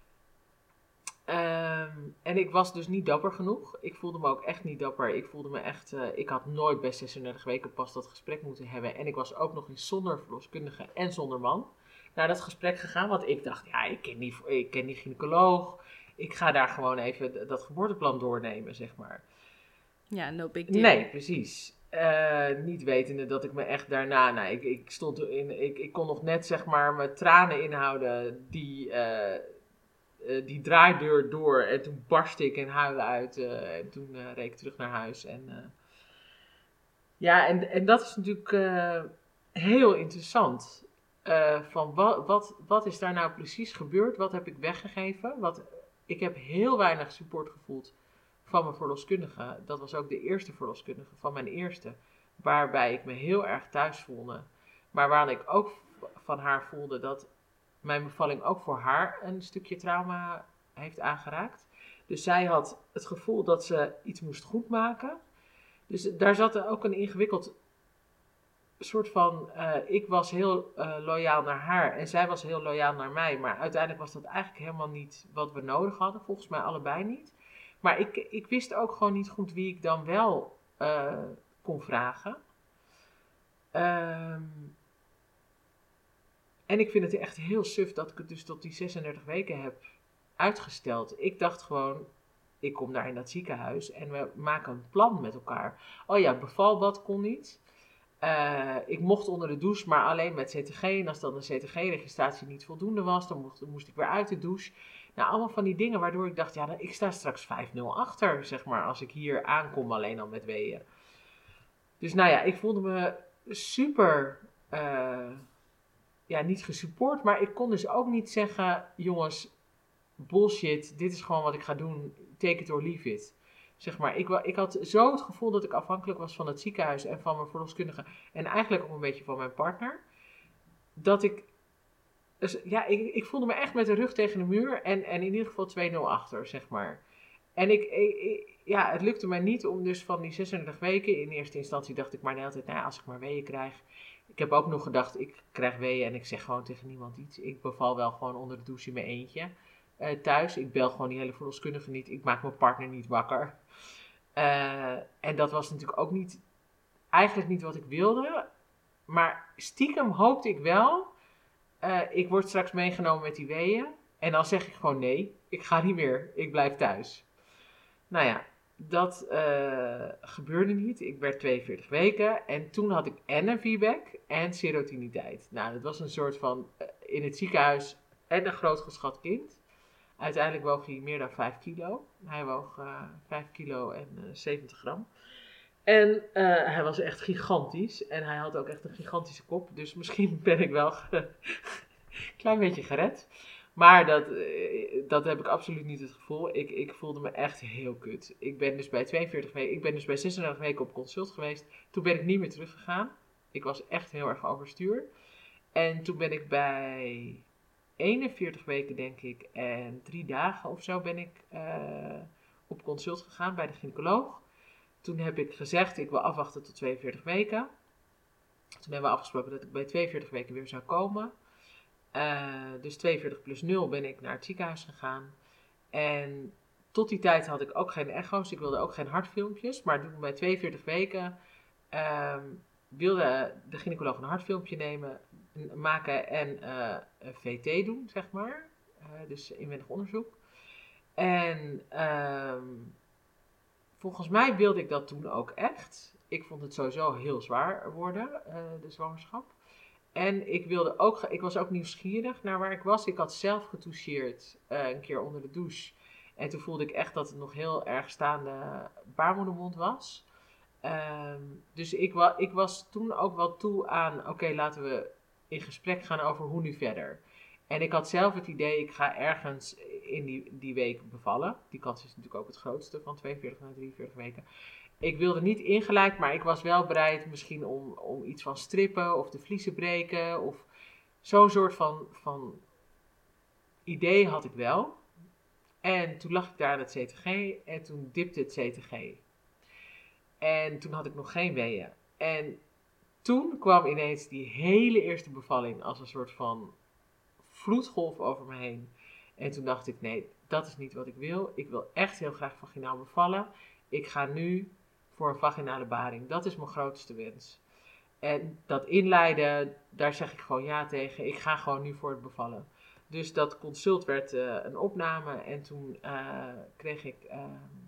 Um, en ik was dus niet dapper genoeg. Ik voelde me ook echt niet dapper. Ik voelde me echt, uh, ik had nooit bij zesendertig weken pas dat gesprek moeten hebben. En ik was ook nog eens zonder verloskundige en zonder man naar dat gesprek gegaan. Want ik dacht, ja, ik ken die, ik ken die gynaecoloog. Ik ga daar gewoon even dat geboorteplan doornemen, zeg maar. Ja, no big deal. Nee, precies. Uh, niet wetende dat ik me echt daarna, nou, ik, ik stond in, ik, ik kon nog net, zeg maar, mijn tranen inhouden die... Uh, Uh, die draaideur door en toen barstte ik in huilen uit uh, en toen uh, reed ik terug naar huis. En, uh, ja, en, en dat is natuurlijk uh, heel interessant. Uh, van wat, wat, wat is daar nou precies gebeurd? Wat heb ik weggegeven? Wat, ik heb heel weinig support gevoeld van mijn verloskundige. Dat was ook de eerste verloskundige van mijn eerste. Waarbij ik me heel erg thuis voelde. Maar waarin ik ook van haar voelde dat mijn bevalling ook voor haar een stukje trauma heeft aangeraakt. Dus zij had het gevoel dat ze iets moest goedmaken. Dus daar zat ook een ingewikkeld soort van... Uh, ik was heel uh, loyaal naar haar en zij was heel loyaal naar mij. Maar uiteindelijk was dat eigenlijk helemaal niet wat we nodig hadden. Volgens mij allebei niet. Maar ik, ik wist ook gewoon niet goed wie ik dan wel uh, kon vragen. Um, En ik vind het echt heel suf dat ik het dus tot die zesendertig weken heb uitgesteld. Ik dacht gewoon, ik kom daar in dat ziekenhuis en we maken een plan met elkaar. Oh ja, bevalbad kon niet. Uh, ik mocht onder de douche, maar alleen met C T G. En als dan de C T G-registratie niet voldoende was, dan moest, dan moest ik weer uit de douche. Nou, allemaal van die dingen waardoor ik dacht, ja, ik sta straks vijf nul achter, zeg maar, als ik hier aankom alleen al met weeën. Dus nou ja, ik voelde me super... Uh, Ja, niet gesupport, maar ik kon dus ook niet zeggen, jongens, bullshit, dit is gewoon wat ik ga doen, take it or leave it. Zeg maar, ik, ik had zo het gevoel dat ik afhankelijk was van het ziekenhuis en van mijn verloskundige en eigenlijk ook een beetje van mijn partner. Dat ik, dus, ja, ik, ik voelde me echt met de rug tegen de muur en, en in ieder geval twee nul achter, zeg maar. En ik, ik, ik, ja, het lukte mij niet om dus van die zesendertig weken, in eerste instantie dacht ik maar de hele tijd, nou ja, als ik maar weeën krijg. Ik heb ook nog gedacht, ik krijg weeën en ik zeg gewoon tegen niemand iets. Ik beval wel gewoon onder de douche in mijn eentje uh, thuis. Ik bel gewoon die hele verloskundige niet. Ik maak mijn partner niet wakker. Uh, en dat was natuurlijk ook niet, eigenlijk niet wat ik wilde. Maar stiekem hoopte ik wel, uh, ik word straks meegenomen met die weeën. En dan zeg ik gewoon nee, ik ga niet meer, ik blijf thuis. Nou ja. Dat uh, gebeurde niet. Ik werd tweeënveertig weken en toen had ik en een feedback en serotiniteit. Nou, dat was een soort van uh, in het ziekenhuis en een groot geschat kind. Uiteindelijk woog hij meer dan vijf kilo. Hij woog uh, vijf kilo en uh, zeventig gram. En uh, hij was echt gigantisch. En hij had ook echt een gigantische kop. Dus misschien ben ik wel een klein beetje gered. Maar dat, uh, dat heb ik absoluut niet het gevoel. Ik, ik voelde me echt heel kut. Ik ben dus bij tweeënveertig weken, ik ben dus bij zesendertig weken op consult geweest. Toen ben ik niet meer teruggegaan. Ik was echt heel erg overstuur. En toen ben ik bij eenenveertig weken, denk ik, en drie dagen of zo ben ik uh, op consult gegaan bij de gynaecoloog. Toen heb ik gezegd, ik wil afwachten tot tweeënveertig weken. Toen hebben we afgesproken dat ik bij tweeënveertig weken weer zou komen. Uh, dus tweeënveertig plus nul ben ik naar het ziekenhuis gegaan. En tot die tijd had ik ook geen echo's, ik wilde ook geen hartfilmpjes. Maar toen bij tweeënveertig weken uh, wilde de gynaecoloog een hartfilmpje nemen, maken en uh, een V T doen, zeg maar. Uh, dus inwendig onderzoek. En uh, volgens mij wilde ik dat toen ook echt. Ik vond het sowieso heel zwaar worden, uh, de zwangerschap. En ik wilde ook, ik was ook nieuwsgierig naar waar ik was. Ik had zelf getoucheerd uh, een keer onder de douche. En toen voelde ik echt dat het nog heel erg staande baarmoedermond was. Um, dus ik, wa, ik was toen ook wel toe aan, oké, okay, laten we in gesprek gaan over hoe nu verder. En ik had zelf het idee, ik ga ergens in die, die week bevallen. Die kans is natuurlijk ook het grootste, van tweeënveertig naar drieënveertig weken. Ik wilde niet ingelijk, maar ik was wel bereid misschien om, om iets van strippen of de vliezen breken. Of zo'n soort van, van idee had ik wel. En toen lag ik daar aan het C T G en toen dipte het C T G. En toen had ik nog geen weeën. En toen kwam ineens die hele eerste bevalling als een soort van vloedgolf over me heen. En toen dacht ik, nee, dat is niet wat ik wil. Ik wil echt heel graag vaginaal bevallen. Ik ga nu voor een vaginale baring. Dat is mijn grootste wens. En dat inleiden, daar zeg ik gewoon ja tegen. Ik ga gewoon nu voor het bevallen. Dus dat consult werd uh, een opname. En toen uh, kreeg ik uh,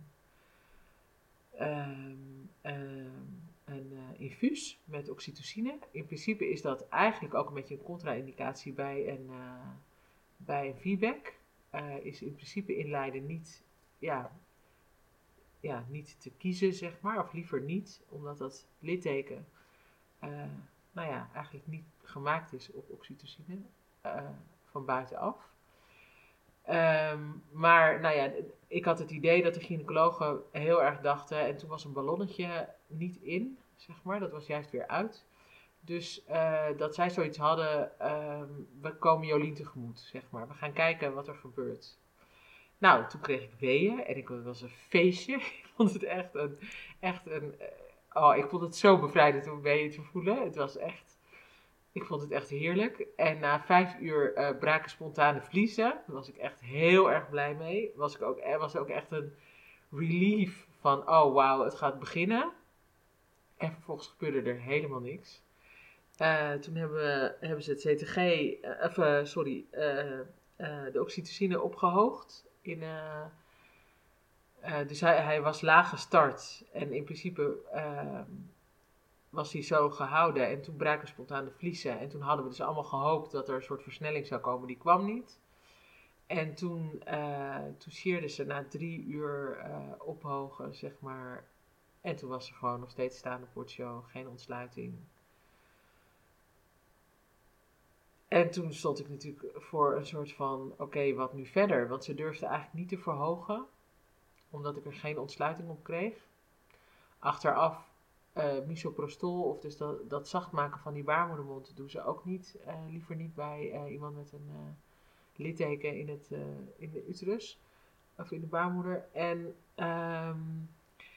uh, uh, een uh, infuus met oxytocine. In principe is dat eigenlijk ook een beetje een contra-indicatie bij een, uh, bij een V B A C. Uh, is in principe inleiden niet... Ja, ja, niet te kiezen, zeg maar, of liever niet, omdat dat litteken, uh, nou ja, eigenlijk niet gemaakt is op oxytocine, uh, van buitenaf. Um, maar, nou ja, ik had het idee dat de gynaecologen heel erg dachten, en toen was een ballonnetje niet in, zeg maar, dat was juist weer uit. Dus uh, dat zij zoiets hadden, um, we komen Jolien tegemoet, zeg maar, we gaan kijken wat er gebeurt. Nou, toen kreeg ik weeën en ik, het was een feestje. Ik vond het echt een, echt een, oh, ik vond het zo bevrijdend om weeën te voelen. Het was echt, ik vond het echt heerlijk. En na vijf uur uh, braken spontane vliezen. Daar was ik echt heel erg blij mee. Was ik ook, er was ook echt een relief van, oh wauw, het gaat beginnen. En vervolgens gebeurde er helemaal niks. Uh, toen hebben, we, hebben ze het C T G, uh, of, uh, sorry, uh, uh, de oxytocine opgehoogd. In, uh, uh, dus hij, hij was laag gestart en in principe uh, was hij zo gehouden en toen braken spontaan de vliezen en toen hadden we dus allemaal gehoopt dat er een soort versnelling zou komen, die kwam niet. En toen uh, toucheerden ze na drie uur uh, ophogen, zeg maar, en toen was er gewoon nog steeds staande portio, geen ontsluiting. En toen stond ik natuurlijk voor een soort van, oké, okay, wat nu verder? Want ze durfden eigenlijk niet te verhogen, omdat ik er geen ontsluiting op kreeg. Achteraf, uh, misoprostol, of dus dat, dat zacht maken van die baarmoedermond, doen ze ook niet. Uh, liever niet bij uh, iemand met een uh, litteken in, het, uh, in de uterus, of in de baarmoeder. En um,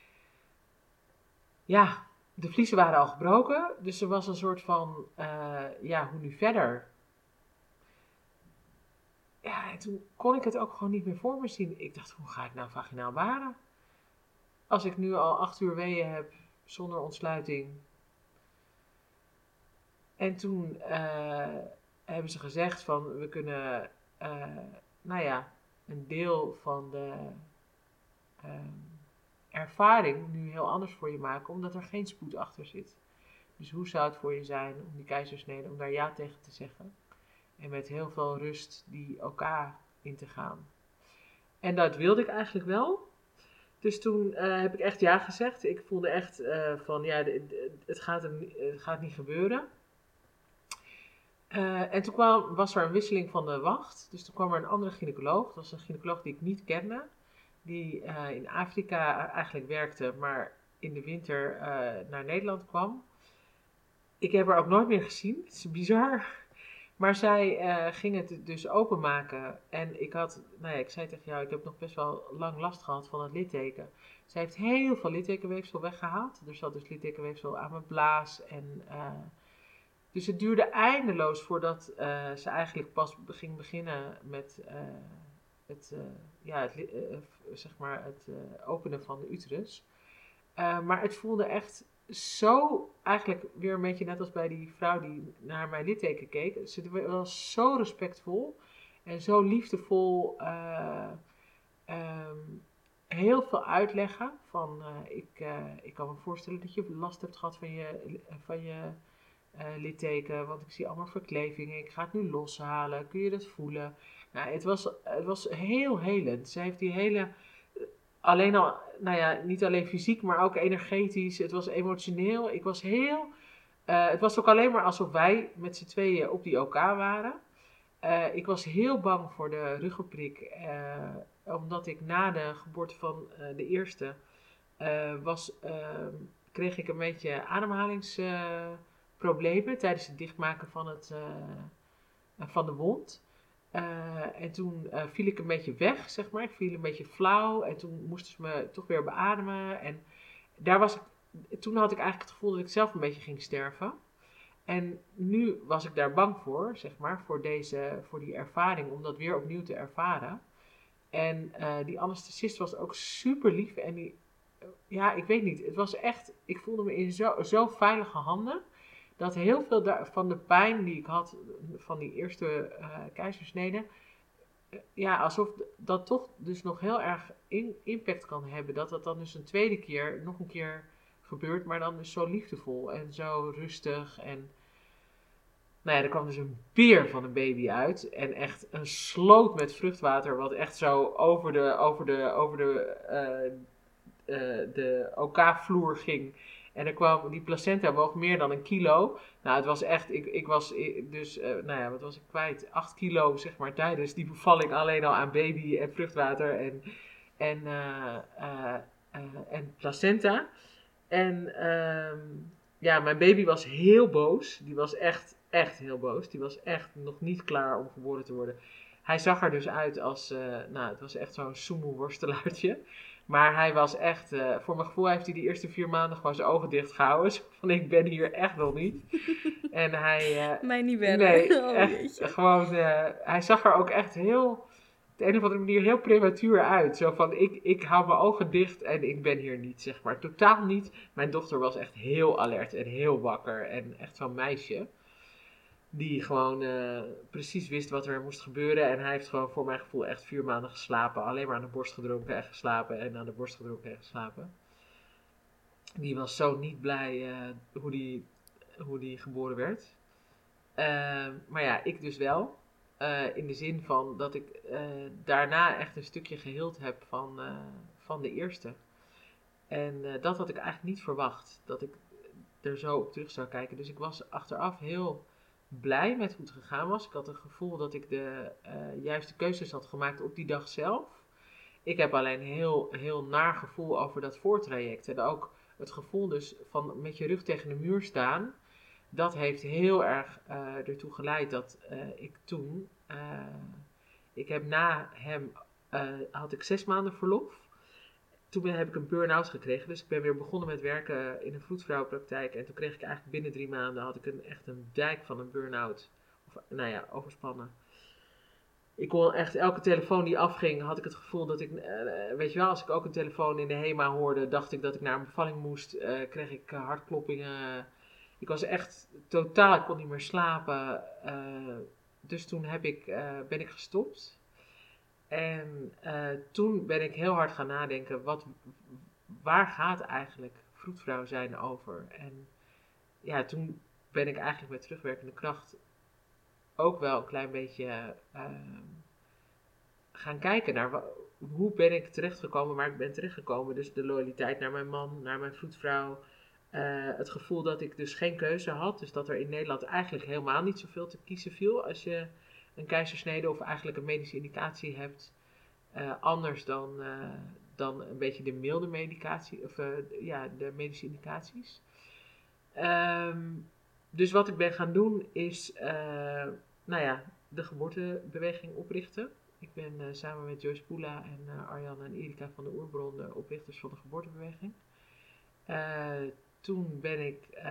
ja, de vliezen waren al gebroken, dus er was een soort van, uh, ja, hoe nu verder? Ja, en toen kon ik het ook gewoon niet meer voor me zien. Ik dacht, hoe ga ik nou vaginaal baren? Als ik nu al acht uur weeën heb, zonder ontsluiting. En toen uh, hebben ze gezegd van, we kunnen, uh, nou ja, een deel van de uh, ervaring nu heel anders voor je maken, omdat er geen spoed achter zit. Dus hoe zou het voor je zijn om die keizersnede, om daar ja tegen te zeggen? En met heel veel rust die elkaar in te gaan. En dat wilde ik eigenlijk wel. Dus toen uh, heb ik echt ja gezegd. Ik voelde echt uh, van ja, de, de, het, gaat hem, het gaat niet gebeuren. Uh, en toen kwam, was er een wisseling van de wacht. Dus toen kwam er een andere gynaecoloog. Dat was een gynaecoloog die ik niet kende. Die uh, in Afrika eigenlijk werkte, maar in de winter uh, naar Nederland kwam. Ik heb haar ook nooit meer gezien. Het is bizar. Maar zij uh, ging het dus openmaken. En ik had, nou ja, ik zei tegen jou, ik heb nog best wel lang last gehad van het litteken. Zij heeft heel veel littekenweefsel weggehaald. Er zat dus littekenweefsel aan mijn blaas. En, uh, dus het duurde eindeloos voordat uh, ze eigenlijk pas ging beginnen met uh, het, uh, ja, het, uh, zeg maar het uh, openen van de uterus. Uh, maar het voelde echt zo, eigenlijk weer een beetje net als bij die vrouw die naar mijn litteken keek. Ze was zo respectvol en zo liefdevol. Uh, um, heel veel uitleggen van, uh, ik, uh, ik kan me voorstellen dat je last hebt gehad van je, van je uh, litteken, want ik zie allemaal verklevingen. Ik ga het nu loshalen, kun je dat voelen? Nou, het was, het was heel helend. Ze heeft die hele... Alleen al, nou ja, niet alleen fysiek, maar ook energetisch. Het was emotioneel. Ik was heel... Uh, het was ook alleen maar alsof wij met z'n tweeën op die OK waren. Uh, ik was heel bang voor de ruggenprik. Uh, omdat ik na de geboorte van uh, de eerste... Uh, was, uh, kreeg ik een beetje ademhalingsproblemen... Uh, tijdens het dichtmaken van, het, uh, van de wond. Uh, en toen uh, viel ik een beetje weg, zeg maar. Ik viel een beetje flauw. En toen moesten ze me toch weer beademen. En daar was ik, toen had ik eigenlijk het gevoel dat ik zelf een beetje ging sterven. En nu was ik daar bang voor, zeg maar. Voor, deze, voor die ervaring, om dat weer opnieuw te ervaren. En uh, die anesthesist was ook super lief. En die, uh, ja, ik weet niet. Het was echt, ik voelde me in zo, zo veilige handen. Dat heel veel da- van de pijn die ik had van die eerste uh, keizersnede, uh, ja, alsof dat toch dus nog heel erg in, impact kan hebben. Dat dat dan dus een tweede keer, nog een keer gebeurt, maar dan dus zo liefdevol en zo rustig. En nou ja, er kwam dus een beer van een baby uit. En echt een sloot met vruchtwater, wat echt zo over de, over de, over de, uh, uh, de OK-vloer ging. En er kwam, die placenta woog meer dan een kilo. Nou, het was echt, ik, ik was dus, uh, nou ja, wat was ik kwijt? Acht kilo, zeg maar, tijdens die bevalling alleen al aan baby en vruchtwater en, en, uh, uh, uh, en placenta. En um, ja, mijn baby was heel boos. Die was echt, echt heel boos. Die was echt nog niet klaar om geboren te worden. Hij zag er dus uit als, uh, nou, het was echt zo'n soemelworstelaartje. Maar hij was echt, uh, voor mijn gevoel heeft hij die eerste vier maanden gewoon zijn ogen dicht gehouden. Zo van, ik ben hier echt nog niet. En hij... Uh, Mij niet bellen. Nee, oh, echt, jeetje. gewoon, uh, hij zag er ook echt heel, op de een of andere manier heel prematuur uit. Zo van, ik, ik hou mijn ogen dicht en ik ben hier niet, zeg maar. Totaal niet. Mijn dochter was echt heel alert en heel wakker en echt zo'n meisje. Die gewoon uh, precies wist wat er moest gebeuren. En hij heeft gewoon voor mijn gevoel echt vier maanden geslapen. Alleen maar aan de borst gedronken en geslapen. En aan de borst gedronken en geslapen. Die was zo niet blij uh, hoe, die, hoe die geboren werd. Uh, maar ja, ik dus wel. Uh, in de zin van dat ik uh, daarna echt een stukje geheeld heb van, uh, van de eerste. En uh, dat had ik eigenlijk niet verwacht. Dat ik er zo op terug zou kijken. Dus ik was achteraf heel blij met hoe het gegaan was. Ik had het gevoel dat ik de uh, juiste keuzes had gemaakt op die dag zelf. Ik heb alleen heel, heel naar gevoel over dat voortraject. En ook het gevoel dus van met je rug tegen de muur staan. Dat heeft heel erg uh, ertoe geleid dat uh, ik toen... Uh, ik heb na hem... Uh, had ik zes maanden verlof. Toen heb ik een burn-out gekregen. Dus ik ben weer begonnen met werken in een vroedvrouwenpraktijk. En toen kreeg ik eigenlijk binnen drie maanden... had ik een, echt een dijk van een burn-out. Of nou ja, overspannen. Ik kon echt elke telefoon die afging... had ik het gevoel dat ik... Uh, weet je wel, als ik ook een telefoon in de HEMA hoorde... dacht ik dat ik naar een bevalling moest. Uh, kreeg ik uh, hartkloppingen... Ik was echt totaal, ik kon niet meer slapen. Uh, dus toen heb ik, uh, ben ik gestopt. En uh, toen ben ik heel hard gaan nadenken, wat, waar gaat eigenlijk vroedvrouw zijn over? En ja, toen ben ik eigenlijk met terugwerkende kracht ook wel een klein beetje uh, gaan kijken naar, hoe ben ik terechtgekomen waar ik ben terechtgekomen. Dus de loyaliteit naar mijn man, naar mijn vroedvrouw. Uh, het gevoel dat ik dus geen keuze had. Dus dat er in Nederland eigenlijk helemaal niet zoveel te kiezen viel als je een keizersnede of eigenlijk een medische indicatie hebt. Uh, anders dan, uh, dan een beetje de milde medicatie, of uh, ja, de medische indicaties. Um, dus wat ik ben gaan doen is, uh, nou ja, de geboortebeweging oprichten. Ik ben uh, samen met Joyce Poela en uh, Arjan en Erika van de Oerbron de oprichters van de geboortebeweging. Uh, toen ben ik uh,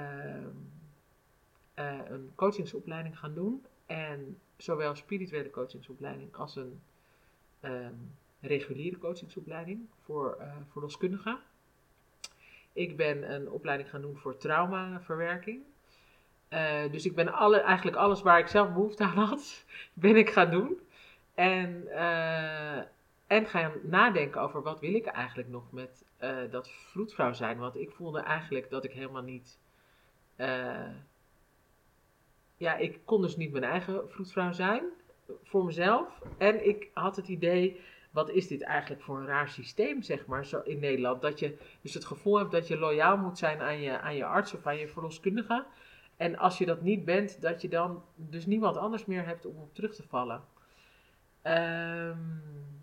uh, een coachingsopleiding gaan doen. En zowel spirituele coachingsopleiding als een um, reguliere coachingsopleiding voor uh, verloskundigen. Ik ben een opleiding gaan doen voor traumaverwerking. Uh, dus ik ben alle, eigenlijk alles waar ik zelf behoefte aan had, ben ik gaan doen. En, uh, en gaan nadenken over wat wil ik eigenlijk nog met uh, dat vroedvrouw zijn. Want ik voelde eigenlijk dat ik helemaal niet... Uh, ja, ik kon dus niet mijn eigen vroedvrouw zijn voor mezelf. En ik had het idee, wat is dit eigenlijk voor een raar systeem, zeg maar, zo in Nederland. Dat je dus het gevoel hebt dat je loyaal moet zijn aan je, aan je arts of aan je verloskundige. En als je dat niet bent, dat je dan dus niemand anders meer hebt om op terug te vallen. Um,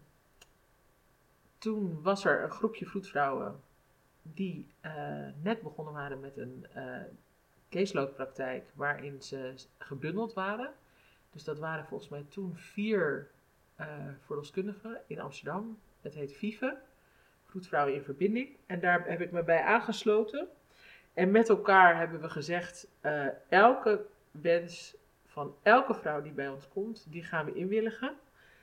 toen was er een groepje vroedvrouwen die uh, net begonnen waren met een uh, caseloadpraktijk waarin ze gebundeld waren. Dus dat waren volgens mij toen vier uh, verloskundigen in Amsterdam. Het heet Vive, Vroedvrouwen in Verbinding. En daar heb ik me bij aangesloten. En met elkaar hebben we gezegd, uh, elke wens van elke vrouw die bij ons komt, die gaan we inwilligen.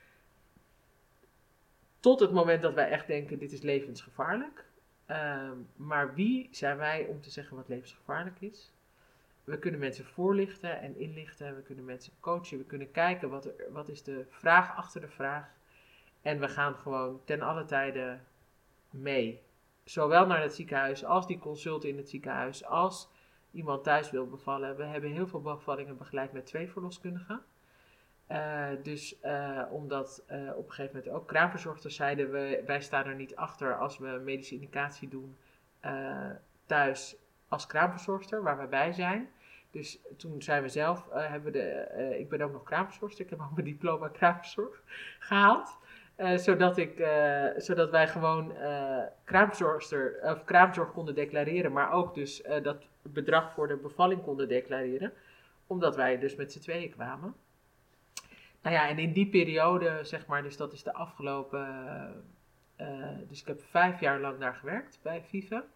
Tot het moment dat wij echt denken, dit is levensgevaarlijk. Uh, maar wie zijn wij om te zeggen wat levensgevaarlijk is? We kunnen mensen voorlichten en inlichten. We kunnen mensen coachen. We kunnen kijken wat, er, wat is de vraag achter de vraag. En we gaan gewoon ten alle tijde mee. Zowel naar het ziekenhuis als die consulten in het ziekenhuis. Als iemand thuis wil bevallen. We hebben heel veel bevallingen begeleid met twee verloskundigen. Uh, dus uh, omdat uh, op een gegeven moment ook kraamverzorgers zeiden, we, wij staan er niet achter als we een medische indicatie doen uh, thuis als kraamverzorgster, waar we bij zijn. Dus toen zijn we zelf, uh, hebben we de, uh, ik ben ook nog kraamverzorgster, ik heb ook mijn diploma kraamverzorg gehaald. Uh, zodat, ik, uh, zodat wij gewoon uh, kraamverzorgster, of kraamzorg konden declareren, maar ook dus uh, dat bedrag voor de bevalling konden declareren. Omdat wij dus met z'n tweeën kwamen. Nou ja, en in die periode, zeg maar, dus dat is de afgelopen, uh, dus ik heb vijf jaar lang daar gewerkt bij Vive.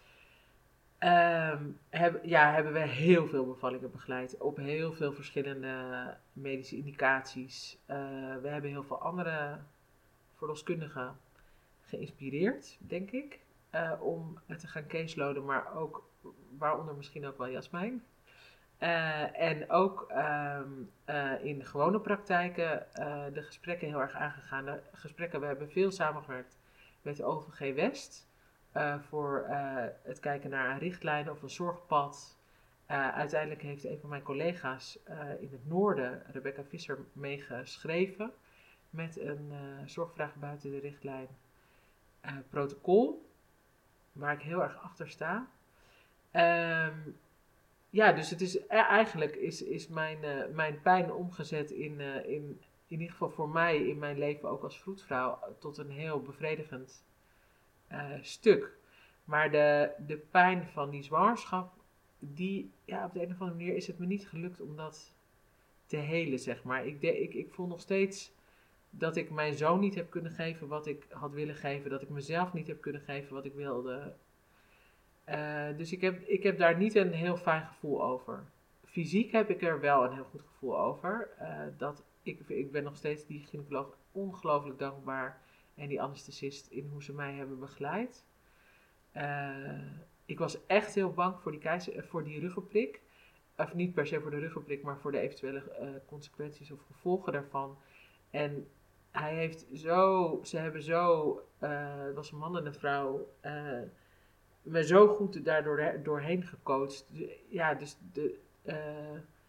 Um, heb, ja, hebben we heel veel bevallingen begeleid op heel veel verschillende medische indicaties. Uh, we hebben heel veel andere verloskundigen geïnspireerd, denk ik, uh, om te gaan caseloaden, maar ook, waaronder misschien ook wel Jasmijn. Uh, en ook um, uh, in gewone praktijken uh, de gesprekken heel erg aangegaan. De gesprekken, we hebben veel samengewerkt met de O V G West uh, voor uh, het kijken naar een richtlijn of een zorgpad. Uh, uiteindelijk heeft een van mijn collega's uh, in het noorden, Rebecca Visser, meegeschreven met een uh, zorgvraag buiten de richtlijn uh, protocol, waar ik heel erg achter sta. Um, Ja, dus het is eigenlijk is, is mijn, uh, mijn pijn omgezet in, uh, in, in ieder geval voor mij in mijn leven ook als vroedvrouw tot een heel bevredigend uh, stuk. Maar de, de pijn van die zwangerschap, die, ja, op de een of andere manier is het me niet gelukt om dat te helen, zeg maar. Ik, de, ik, ik voel nog steeds dat ik mijn zoon niet heb kunnen geven wat ik had willen geven, dat ik mezelf niet heb kunnen geven wat ik wilde. Uh, dus ik heb, ik heb daar niet een heel fijn gevoel over. Fysiek heb ik er wel een heel goed gevoel over. Uh, dat ik, ik ben nog steeds die gynaecoloog ongelooflijk dankbaar. En die anesthesist in hoe ze mij hebben begeleid. Uh, ik was echt heel bang voor die, keizer, voor die ruggenprik. Of niet per se voor de ruggenprik, maar voor de eventuele uh, consequenties of gevolgen daarvan. En hij heeft zo, ze hebben zo, uh, het was een man en een vrouw... Uh, me zo goed daardoor doorheen gecoacht. Ja, dus de, uh,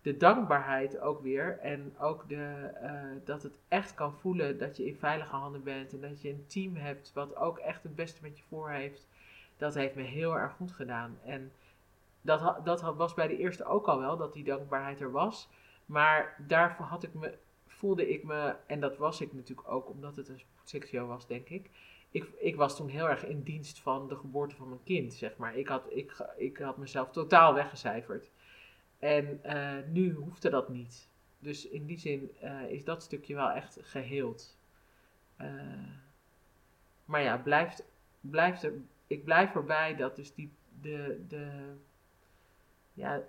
de dankbaarheid ook weer. En ook de, uh, dat het echt kan voelen dat je in veilige handen bent. En dat je een team hebt wat ook echt het beste met je voor heeft. Dat heeft me heel erg goed gedaan. En dat, dat was bij de eerste ook al wel, dat die dankbaarheid er was. Maar daarvoor had ik me, voelde ik me, en dat was ik natuurlijk ook omdat het een seksio was, denk ik. Ik, ik was toen heel erg in dienst van de geboorte van mijn kind, zeg maar. Ik had, ik, ik had mezelf totaal weggecijferd. En uh, nu hoefde dat niet. Dus in die zin uh, is dat stukje wel echt geheeld. Uh, maar ja, blijft, blijft er, ik blijf erbij dat dus die, de, de, ja,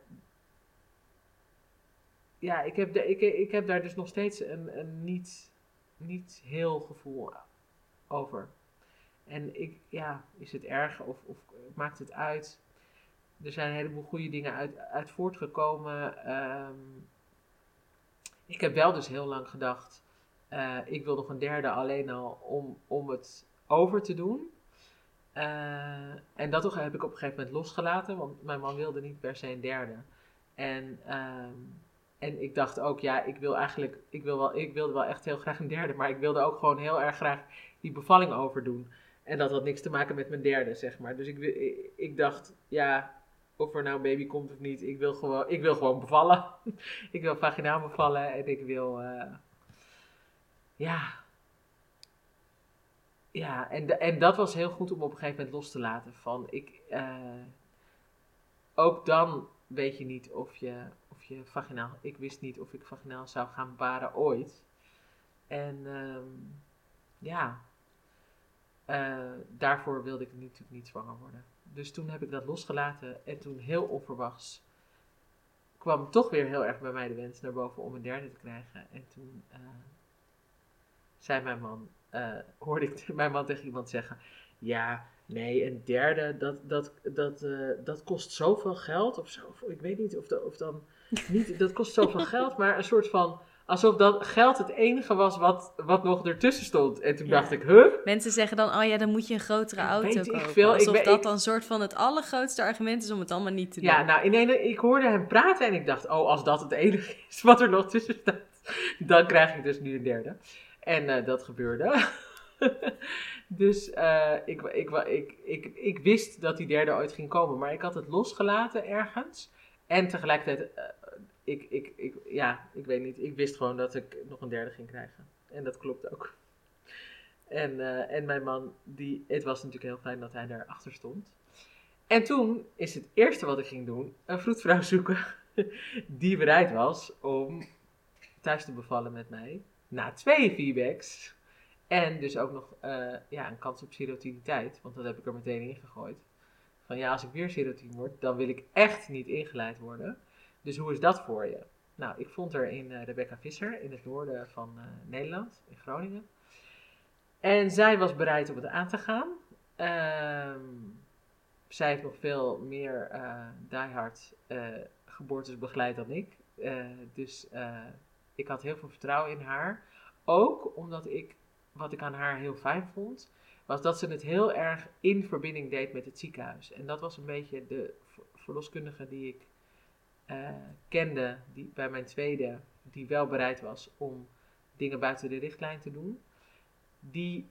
ja ik, heb de, ik, ik heb daar dus nog steeds een, een niet, niet heel gevoel over. En ik, ja, is het erg of, of maakt het uit? Er zijn een heleboel goede dingen uit, uit voortgekomen. Um, ik heb wel dus heel lang gedacht, uh, ik wil nog een derde alleen al om, om het over te doen. Uh, en dat toch heb ik op een gegeven moment losgelaten, want mijn man wilde niet per se een derde. En, um, en ik dacht ook, ja, ik wil eigenlijk, ik, wil wel, ik wilde wel echt heel graag een derde, maar ik wilde ook gewoon heel erg graag die bevalling overdoen. En dat had niks te maken met mijn derde, zeg maar. Dus ik, ik, ik dacht, ja, of er nou een baby komt of niet, ik wil gewoon, ik wil gewoon bevallen. Ik wil vaginaal bevallen en ik wil, uh, ja... Ja, en, de, en dat was heel goed om op een gegeven moment los te laten. Van ik, uh, ook dan weet je niet of je, of je vaginaal... Ik wist niet of ik vaginaal zou gaan baren ooit. En um, ja, uh, daarvoor wilde ik natuurlijk niet zwanger worden. Dus toen heb ik dat losgelaten. En toen heel onverwachts kwam toch weer heel erg bij mij de wens naar boven om een derde te krijgen. En toen uh, zei mijn man... Uh, hoorde ik mijn man tegen iemand zeggen, ja, nee, een derde, dat, dat, dat, uh, dat kost zoveel geld, of zo, of, ik weet niet of, de, of dan niet, dat kost zoveel geld, maar een soort van, alsof dat geld het enige was wat, wat nog ertussen stond. En toen ja. dacht ik, huh? Mensen zeggen dan, oh ja, dan moet je een grotere ik auto weet kopen. Ik veel. Alsof ik dat ik, dan een soort van het allergrootste argument is om het allemaal niet te doen. Ja, nou, in ik hoorde hem praten en ik dacht, oh, als dat het enige is wat er nog tussen staat, dan krijg ik dus nu een derde. En uh, dat gebeurde. Dus uh, ik, ik, ik, ik, ik wist dat die derde ooit ging komen. Maar ik had het losgelaten ergens. En tegelijkertijd, uh, ik, ik, ik, ja, ik weet niet. Ik wist gewoon dat ik nog een derde ging krijgen. En dat klopt ook. En, uh, en mijn man, die, het was natuurlijk heel fijn dat hij daarachter stond. En toen is het eerste wat ik ging doen, een vroedvrouw zoeken die bereid was om thuis te bevallen met mij. Na twee feedbacks. En dus ook nog uh, ja, een kans op serotiniteit, want dat heb ik er meteen in gegooid. Van ja, als ik weer serotien word, dan wil ik echt niet ingeleid worden. Dus hoe is dat voor je? Nou, ik vond er in uh, Rebecca Visser in het noorden van uh, Nederland, in Groningen. En zij was bereid om het aan te gaan. Uh, zij heeft nog veel meer uh, diehard uh, geboortes begeleid dan ik. Uh, dus uh, ik had heel veel vertrouwen in haar. Ook omdat ik, wat ik aan haar heel fijn vond, was dat ze het heel erg in verbinding deed met het ziekenhuis. En dat was een beetje de verloskundige die ik uh, kende, die bij mijn tweede, die wel bereid was om dingen buiten de richtlijn te doen. Die,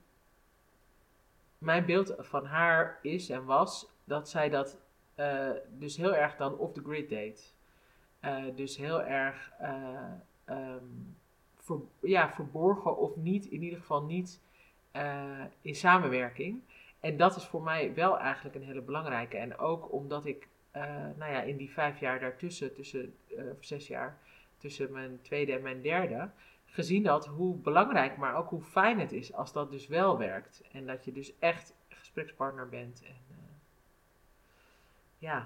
mijn beeld van haar is en was dat zij dat uh, dus heel erg dan off the grid deed. Uh, dus heel erg uh, um, ver, ja, verborgen of niet, in ieder geval niet uh, in samenwerking. En dat is voor mij wel eigenlijk een hele belangrijke. En ook omdat ik uh, nou ja, in die vijf jaar daartussen, tussen, uh, zes jaar, tussen mijn tweede en mijn derde, gezien had hoe belangrijk, maar ook hoe fijn het is als dat dus wel werkt. En dat je dus echt gesprekspartner bent. En uh, ja...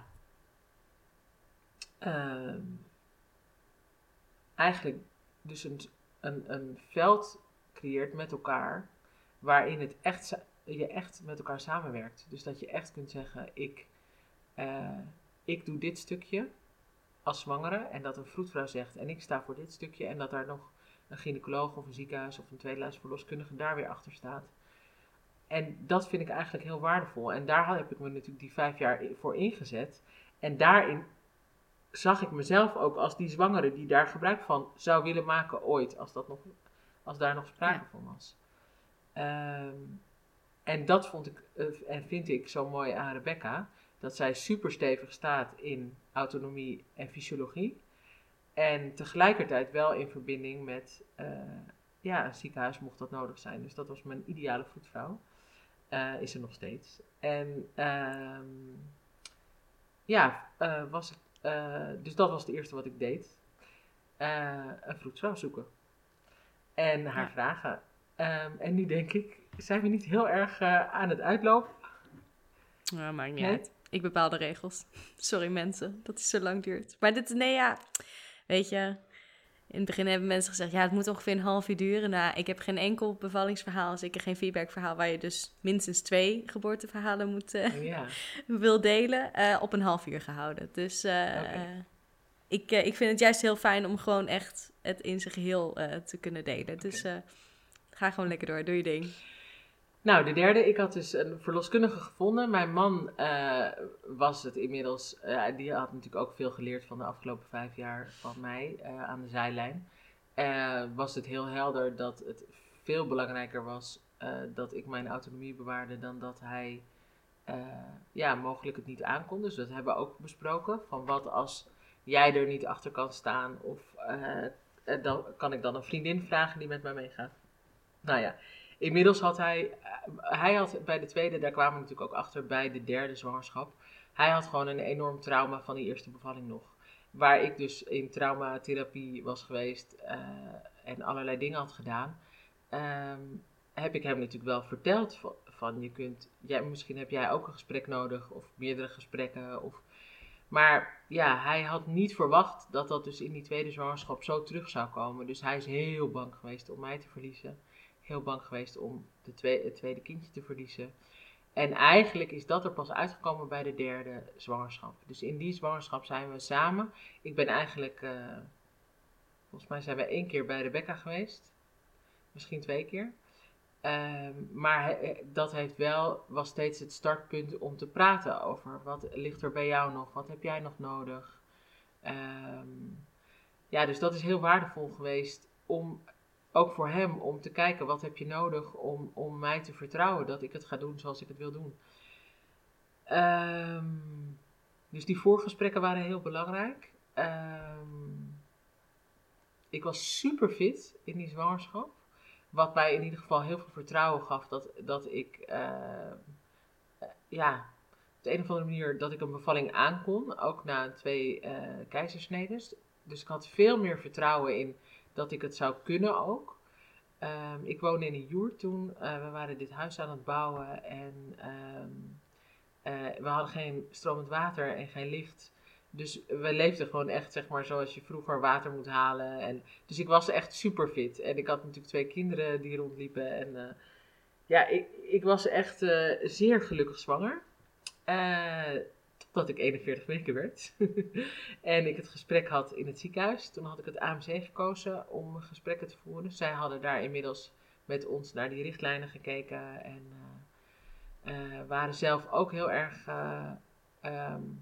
Uh, eigenlijk dus een, een, een veld creëert met elkaar waarin het echt, je echt met elkaar samenwerkt. Dus dat je echt kunt zeggen, ik, uh, ik doe dit stukje als zwangere en dat een vroedvrouw zegt en ik sta voor dit stukje en dat daar nog een gynaecoloog of een ziekenhuis of een tweedehands verloskundige daar weer achter staat. En dat vind ik eigenlijk heel waardevol en daar heb ik me natuurlijk die vijf jaar voor ingezet en daarin zag ik mezelf ook als die zwangere die daar gebruik van zou willen maken ooit, als, dat nog, als daar nog sprake Ja. van was. Um, en dat vond ik, uh, en vind ik zo mooi aan Rebecca, dat zij super stevig staat in autonomie en fysiologie. En tegelijkertijd wel in verbinding met uh, ja, een ziekenhuis mocht dat nodig zijn. Dus dat was mijn ideale voetvrouw. Uh, is er nog steeds. En uh, ja, uh, was het, uh, dus dat was het eerste wat ik deed. Uh, een vroedvrouw zoeken. En haar ja. vragen. Um, en nu denk ik, zijn we niet heel erg uh, aan het uitlopen? Nou, maakt niet nee? uit. Ik bepaal de regels. Sorry mensen, dat het zo lang duurt. Maar dit, nee ja, weet je... In het begin hebben mensen gezegd, ja, het moet ongeveer een half uur duren. Nou, ik heb geen enkel bevallingsverhaal, zeker geen feedbackverhaal... waar je dus minstens twee geboorteverhalen moet, uh, ja. wil delen, uh, op een half uur gehouden. Dus uh, okay. uh, ik, uh, ik vind het juist heel fijn om gewoon echt het in zijn geheel uh, te kunnen delen. Okay. Dus uh, ga gewoon lekker door, doe je ding. Nou, de derde, ik had dus een verloskundige gevonden. Mijn man uh, was het inmiddels, uh, die had natuurlijk ook veel geleerd van de afgelopen vijf jaar van mij uh, aan de zijlijn. Uh, was het heel helder dat het veel belangrijker was uh, dat ik mijn autonomie bewaarde dan dat hij uh, ja, mogelijk het niet aankon. Dus dat hebben we ook besproken. Van wat als jij er niet achter kan staan of uh, dan kan ik dan een vriendin vragen die met mij meegaat. Nou ja. Inmiddels had hij, hij had bij de tweede, daar kwamen we natuurlijk ook achter, bij de derde zwangerschap. Hij had gewoon een enorm trauma van die eerste bevalling nog. Waar ik dus in traumatherapie was geweest uh, en allerlei dingen had gedaan. Um, heb ik hem natuurlijk wel verteld van, van je kunt, ja, misschien heb jij ook een gesprek nodig of meerdere gesprekken. Of, maar ja, hij had niet verwacht dat dat dus in die tweede zwangerschap zo terug zou komen. Dus hij is heel bang geweest om mij te verliezen. Heel bang geweest om de tweede, het tweede kindje te verliezen. En eigenlijk is dat er pas uitgekomen bij de derde zwangerschap. Dus in die zwangerschap zijn we samen. Ik ben eigenlijk, uh, volgens mij zijn we één keer bij Rebecca geweest. Misschien twee keer. Um, maar he, dat heeft wel, was steeds het startpunt om te praten over wat ligt er bij jou nog? Wat heb jij nog nodig? Um, ja, dus dat is heel waardevol geweest om... Ook voor hem, om te kijken, wat heb je nodig om, om mij te vertrouwen dat ik het ga doen zoals ik het wil doen. Um, dus die voorgesprekken waren heel belangrijk. Um, ik was super fit in die zwangerschap. Wat mij in ieder geval heel veel vertrouwen gaf dat, dat ik, uh, uh, ja, op de een of andere manier dat ik een bevalling aankon. Ook na twee uh, keizersnedes. Dus ik had veel meer vertrouwen in dat ik het zou kunnen ook. Um, ik woonde in een joert toen. Uh, we waren dit huis aan het bouwen. En um, uh, we hadden geen stromend water en geen licht. Dus we leefden gewoon echt, zeg maar, zoals je vroeger water moet halen. En, dus ik was echt super fit. En ik had natuurlijk twee kinderen die rondliepen. En uh, ja, ik, ik was echt uh, zeer gelukkig zwanger. Uh, Totdat ik eenenveertig weken werd. En ik het gesprek had in het ziekenhuis. Toen had ik het A M C gekozen om gesprekken te voeren. Zij hadden daar inmiddels met ons naar die richtlijnen gekeken. En uh, uh, waren zelf ook heel erg uh, um,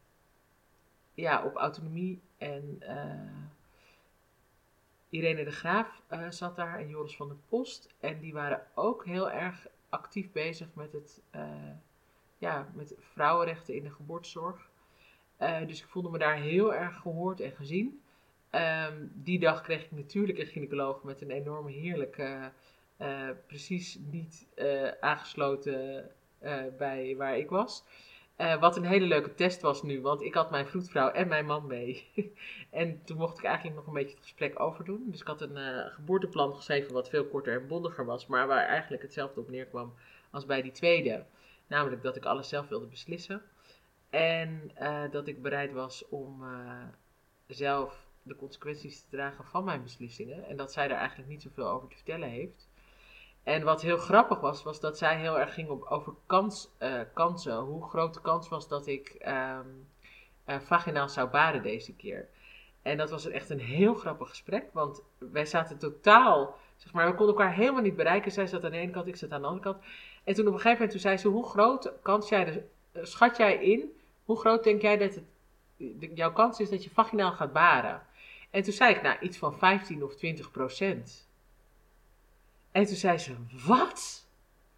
ja, op autonomie. En uh, Irene de Graaf uh, zat daar en Joris van der Post. En die waren ook heel erg actief bezig met het... Uh, Ja, met vrouwenrechten in de geboortezorg. Uh, dus ik voelde me daar heel erg gehoord en gezien. Um, die dag kreeg ik natuurlijk een gynaecoloog met een enorme heerlijke, uh, precies niet uh, aangesloten uh, bij waar ik was. Uh, wat een hele leuke test was nu, want ik had mijn vroedvrouw en mijn man mee. En toen mocht ik eigenlijk nog een beetje het gesprek overdoen. Dus ik had een uh, geboorteplan geschreven wat veel korter en bondiger was, maar waar eigenlijk hetzelfde op neerkwam als bij die tweede. Namelijk dat ik alles zelf wilde beslissen. En uh, dat ik bereid was om uh, zelf de consequenties te dragen van mijn beslissingen. En dat zij daar eigenlijk niet zoveel over te vertellen heeft. En wat heel grappig was, was dat zij heel erg ging op, over kans, uh, kansen. Hoe groot de kans was dat ik um, uh, vaginaal zou baden deze keer. En dat was echt een heel grappig gesprek. Want wij zaten totaal, zeg maar, we konden elkaar helemaal niet bereiken. Zij zat aan de ene kant, ik zat aan de andere kant. En toen op een gegeven moment toen zei ze, hoe groot kans jij, de, uh, schat jij in, hoe groot denk jij dat het de, jouw kans is dat je vaginaal gaat baren. En toen zei ik, nou, iets van vijftien of twintig procent. En toen zei ze, wat?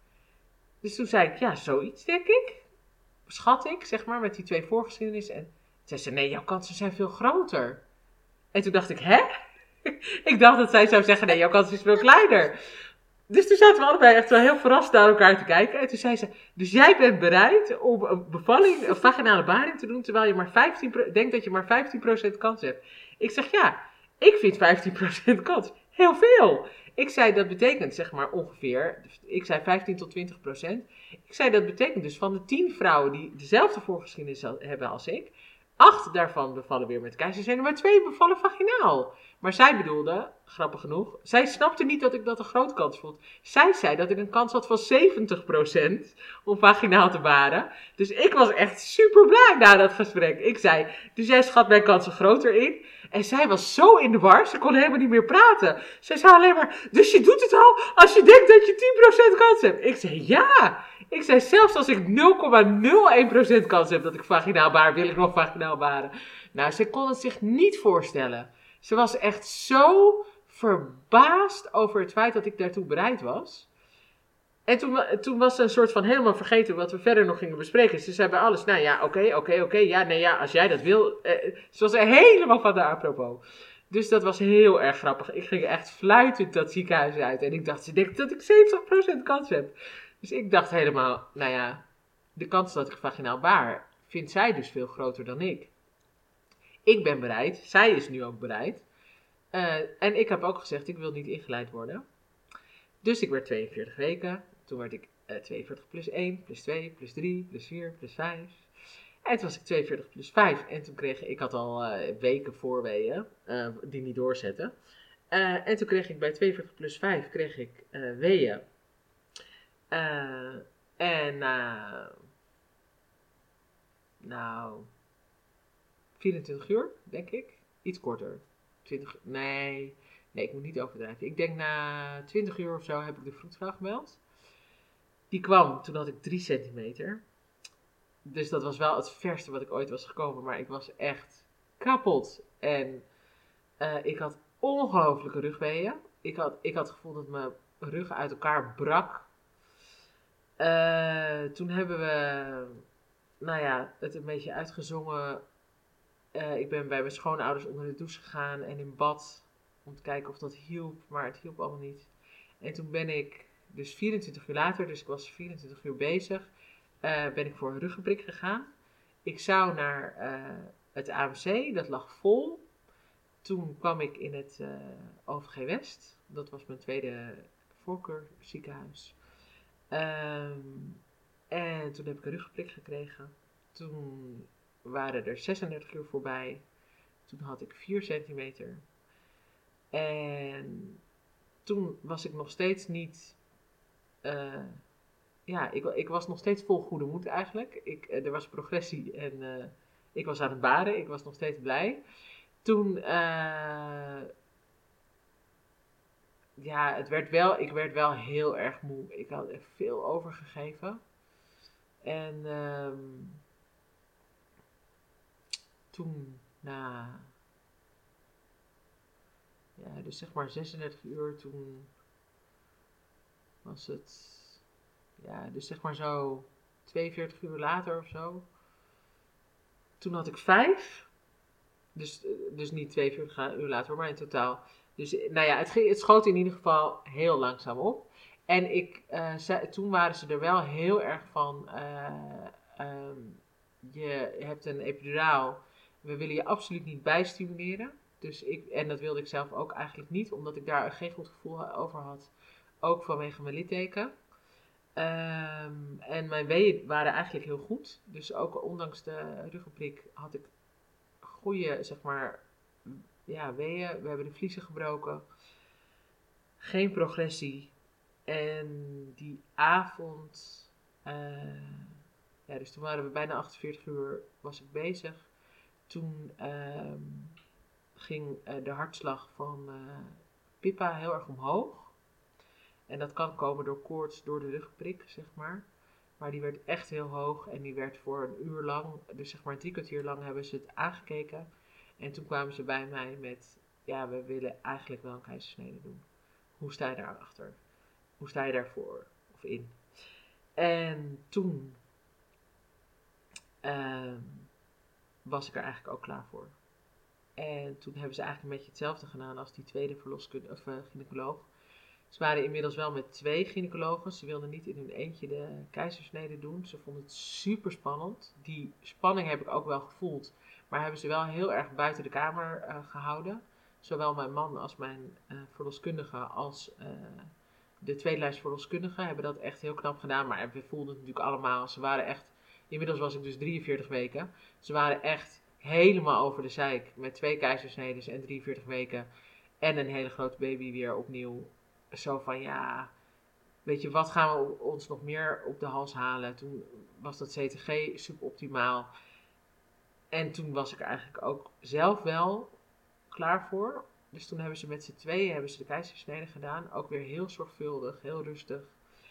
Dus toen zei ik, ja, zoiets denk ik. Schat ik, zeg maar, met die twee voorgeschiedenissen. En toen zei ze, nee, jouw kansen zijn veel groter. En toen dacht ik, hè? Ik dacht dat zij zou zeggen, nee, jouw kans is veel kleiner. Dus toen zaten we allebei echt wel heel verrast naar elkaar te kijken. En toen zei ze, dus jij bent bereid om een bevalling, een vaginale baring te doen, terwijl je maar vijftien procent, denkt dat je maar vijftien procent kans hebt. Ik zeg, ja, ik vind vijftien procent kans heel veel. Ik zei, dat betekent zeg maar ongeveer, ik zei vijftien tot twintig procent. Ik zei, dat betekent dus van de tien vrouwen die dezelfde voorgeschiedenis hebben als ik, acht daarvan bevallen weer met keizersnede, maar twee bevallen vaginaal. Maar zij bedoelde, grappig genoeg, zij snapte niet dat ik dat een grote kans vond. Zij zei dat ik een kans had van zeventig procent om vaginaal te baren. Dus ik was echt super blij na dat gesprek. Ik zei, dus jij schat mijn kansen groter in. En zij was zo in de war, ze kon helemaal niet meer praten. Zij zei alleen maar, dus je doet het al als je denkt dat je tien procent kans hebt. Ik zei, ja. Ik zei, zelfs als ik nul komma nul één procent kans heb dat ik vaginaal baar, wil ik nog vaginaal baren. Nou, ze kon het zich niet voorstellen. Ze was echt zo verbaasd over het feit dat ik daartoe bereid was. En toen, toen was ze een soort van helemaal vergeten wat we verder nog gingen bespreken. Ze zei bij alles, nou ja, oké, oké, oké, okay, ja, nee, ja, als jij dat wil. Eh, ze was er helemaal van de apropos. Dus dat was heel erg grappig. Ik ging echt fluitend dat ziekenhuis uit. En ik dacht, ze denkt dat ik zeventig procent kans heb. Dus ik dacht helemaal, nou ja, de kans dat ik vaginaal baar, vindt zij dus veel groter dan ik. Ik ben bereid, zij is nu ook bereid. Uh, en ik heb ook gezegd, ik wil niet ingeleid worden. Dus ik werd tweeënveertig weken. Toen werd ik uh, tweeënveertig plus één, plus twee, plus drie, plus vier, plus vijf. En toen was ik tweeënveertig plus vijf. En toen kreeg ik, ik had al uh, weken voorweeën, uh, die niet doorzetten. Uh, en toen kreeg ik bij tweeënveertig plus vijf, kreeg ik uh, weeën. Uh, en uh, nou, vierentwintig uur, denk ik. Iets korter. twintig, nee, nee, ik moet niet overdrijven. Ik denk na twintig uur of zo heb ik de vroedvrouw gebeld. Die kwam, toen had ik drie centimeter. Dus dat was wel het verste wat ik ooit was gekomen. Maar ik was echt kapot. En uh, ik had ongelooflijke rugweeën. Ik had, ik had het gevoel dat mijn rug uit elkaar brak. Uh, toen hebben we, nou ja, het een beetje uitgezongen. Uh, ik ben bij mijn schoonouders onder de douche gegaan en in bad om te kijken of dat hielp, maar het hielp allemaal niet. En toen ben ik, dus vierentwintig uur later, dus ik was vierentwintig uur bezig, uh, ben ik voor een ruggenprik gegaan. Ik zou naar uh, het A M C, dat lag vol. Toen kwam ik in het uh, O V G West, dat was mijn tweede voorkeurziekenhuis. Um, en toen heb ik een ruggenprik gekregen. Toen waren er zesendertig uur voorbij. Toen had ik vier centimeter. En toen was ik nog steeds niet... Uh, ja, ik, ik was nog steeds vol goede moed eigenlijk. Ik, er was progressie en uh, ik was aan het baren. Ik was nog steeds blij. Toen... Uh, ja, het werd wel, ik werd wel heel erg moe. Ik had echt veel overgegeven. En... Um, toen, na, ja, dus zeg maar zesendertig uur, toen was het, ja, dus zeg maar zo tweeënveertig uur later of zo. Toen had ik vijf, dus, dus niet tweeënveertig uur later, maar in totaal. Dus, nou ja, het, het schoot in ieder geval heel langzaam op. En ik, uh, ze, toen waren ze er wel heel erg van, uh, um, je hebt een epiduraal. We willen je absoluut niet bijstimuleren. Dus ik, en dat wilde ik zelf ook eigenlijk niet, omdat ik daar geen goed gevoel over had. Ook vanwege mijn litteken. Um, en mijn weeën waren eigenlijk heel goed. Dus ook ondanks de ruggenprik had ik goede, zeg maar, ja, weeën. We hebben de vliezen gebroken. Geen progressie. En die avond, uh, ja, dus toen waren we bijna achtenveertig uur, was ik bezig. Toen uh, ging uh, de hartslag van uh, Pippa heel erg omhoog. En dat kan komen door koorts, door de rugprik, zeg maar. Maar die werd echt heel hoog en die werd voor een uur lang, dus zeg maar drie kwartier lang hebben ze het aangekeken. En toen kwamen ze bij mij met, ja, we willen eigenlijk wel een keizersnede doen. Hoe sta je daarachter? Hoe sta je daarvoor? Of in? En toen uh, was ik er eigenlijk ook klaar voor. En toen hebben ze eigenlijk een beetje hetzelfde gedaan als die tweede verloskundige of uh, gynaecoloog. Ze waren inmiddels wel met twee gynaecologen. Ze wilden niet in hun eentje de keizersnede doen. Ze vonden het super spannend. Die spanning heb ik ook wel gevoeld. Maar hebben ze wel heel erg buiten de kamer uh, gehouden. Zowel mijn man als mijn uh, verloskundige als uh, de tweede lijst verloskundige hebben dat echt heel knap gedaan. Maar we voelden het natuurlijk allemaal. Ze waren echt, inmiddels was ik dus drieënveertig weken. Ze waren echt helemaal over de zeik. Met twee keizersnedes en drieënveertig weken. En een hele grote baby weer opnieuw. Zo van, ja, weet je, wat gaan we ons nog meer op de hals halen? Toen was dat C T G suboptimaal. En toen was ik er eigenlijk ook zelf wel klaar voor. Dus toen hebben ze met z'n tweeën hebben ze de keizersnede gedaan. Ook weer heel zorgvuldig, heel rustig.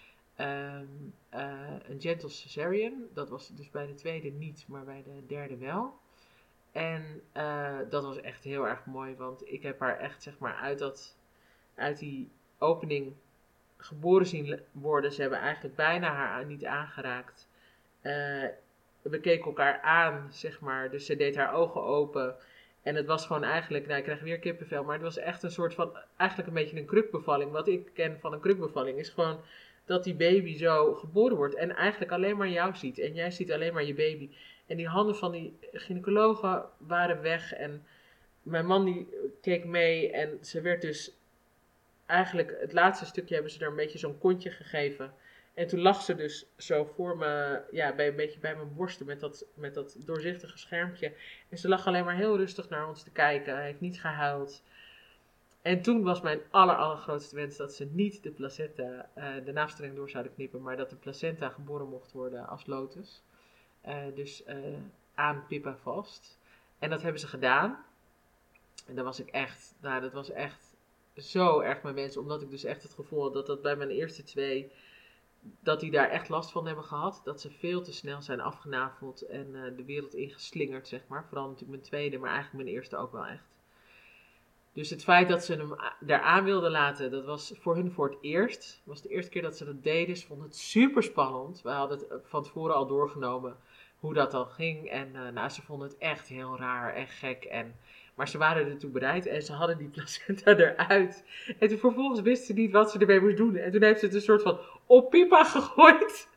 Um, uh, een gentle cesarean. Dat was dus bij de tweede niet, maar bij de derde wel. En uh, dat was echt heel erg mooi. Want ik heb haar echt, zeg maar, uit, dat, uit die opening geboren zien worden. Ze hebben eigenlijk bijna haar niet aangeraakt. Uh, we keken elkaar aan, zeg maar. Dus ze deed haar ogen open. En het was gewoon eigenlijk, nou ik krijg weer kippenvel. Maar het was echt een soort van, eigenlijk een beetje een krukbevalling. Wat ik ken van een krukbevalling is gewoon dat die baby zo geboren wordt. En eigenlijk alleen maar jou ziet. En jij ziet alleen maar je baby. En die handen van die gynaecologen waren weg. En mijn man die keek mee. En ze werd dus eigenlijk, het laatste stukje hebben ze er een beetje zo'n kontje gegeven. En toen lag ze dus zo voor me, ja, bij, een beetje bij mijn borsten met dat, met dat doorzichtige schermpje. En ze lag alleen maar heel rustig naar ons te kijken. Hij heeft niet gehuild. En toen was mijn aller, allergrootste wens dat ze niet de placenta, uh, de navelstreng door zouden knippen, maar dat de placenta geboren mocht worden als lotus. Uh, dus uh, aan Pippa vast. En dat hebben ze gedaan. En dat was ik echt, nou dat was echt zo erg mijn wens, omdat ik dus echt het gevoel had dat dat bij mijn eerste twee, dat die daar echt last van hebben gehad. Dat ze veel te snel zijn afgenaveld en uh, de wereld ingeslingerd, zeg maar. Vooral natuurlijk mijn tweede, maar eigenlijk mijn eerste ook wel echt. Dus het feit dat ze hem daar aan wilden laten, dat was voor hun voor het eerst. Het was de eerste keer dat ze dat deden. Ze vonden het super spannend. We hadden het van tevoren al doorgenomen hoe dat dan ging. En uh, nou, ze vonden het echt heel raar en gek. En, maar ze waren ertoe bereid en ze hadden die placenta eruit. En toen vervolgens wisten ze niet wat ze ermee moest doen. En toen heeft ze het een soort van op Pippa gegooid.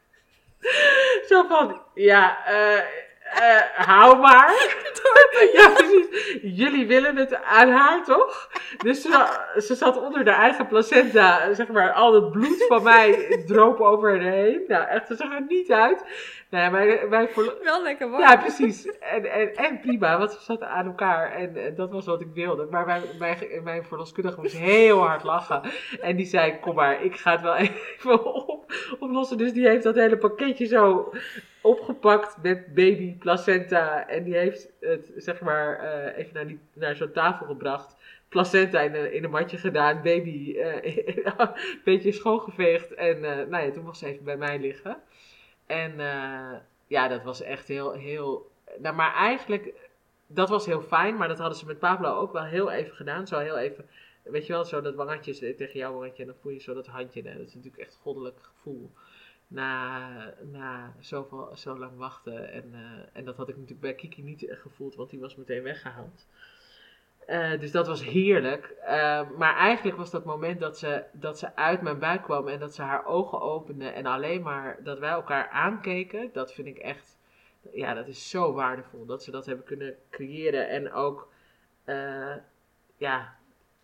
Zo van, ja, uh, uh, hou maar. Ja, precies. Jullie willen het aan haar, toch? Dus ze, ze zat onder haar eigen placenta, zeg maar, al het bloed van mij droop over haar heen. Nou, echt, ze zag er niet uit. Nou ja, wij, wij verlo- Wel lekker warm. Ja, precies. En, en, en prima, want ze zaten aan elkaar en, en dat was wat ik wilde. Maar mijn, mijn, mijn verloskundige moest heel hard lachen. En die zei, kom maar, ik ga het wel even op, oplossen. Dus die heeft dat hele pakketje zo opgepakt met baby placenta. En die heeft het, zeg maar, uh, even naar, die, naar zo'n tafel gebracht. Placenta in een, in een matje gedaan. Baby uh, een beetje schoongeveegd. En uh, nou ja, toen mocht ze even bij mij liggen. En uh, ja, dat was echt heel, heel... Nou, maar eigenlijk, dat was heel fijn. Maar dat hadden ze met Pablo ook wel heel even gedaan. Zo heel even, weet je wel, zo dat wangetje tegen jouw wangetje. En dan voel je zo dat handje. En dat is natuurlijk echt een goddelijk gevoel. Na, na zoveel, zo lang wachten. En, uh, en dat had ik natuurlijk bij Kiki niet gevoeld, want die was meteen weggehaald. Uh, dus dat was heerlijk. Uh, maar eigenlijk was dat moment dat ze, dat ze uit mijn buik kwam en dat ze haar ogen opende en alleen maar dat wij elkaar aankeken, dat vind ik echt, ja, dat is zo waardevol dat ze dat hebben kunnen creëren. En ook, uh, ja,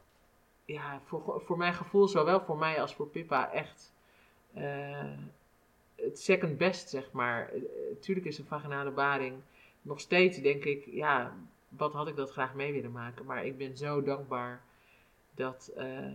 ja voor, voor mijn gevoel, zowel voor mij als voor Pippa, echt uh, het second best, zeg maar. Uh, tuurlijk is een vaginale baring nog steeds, denk ik, ja, wat had ik dat graag mee willen maken. Maar ik ben zo dankbaar dat, uh,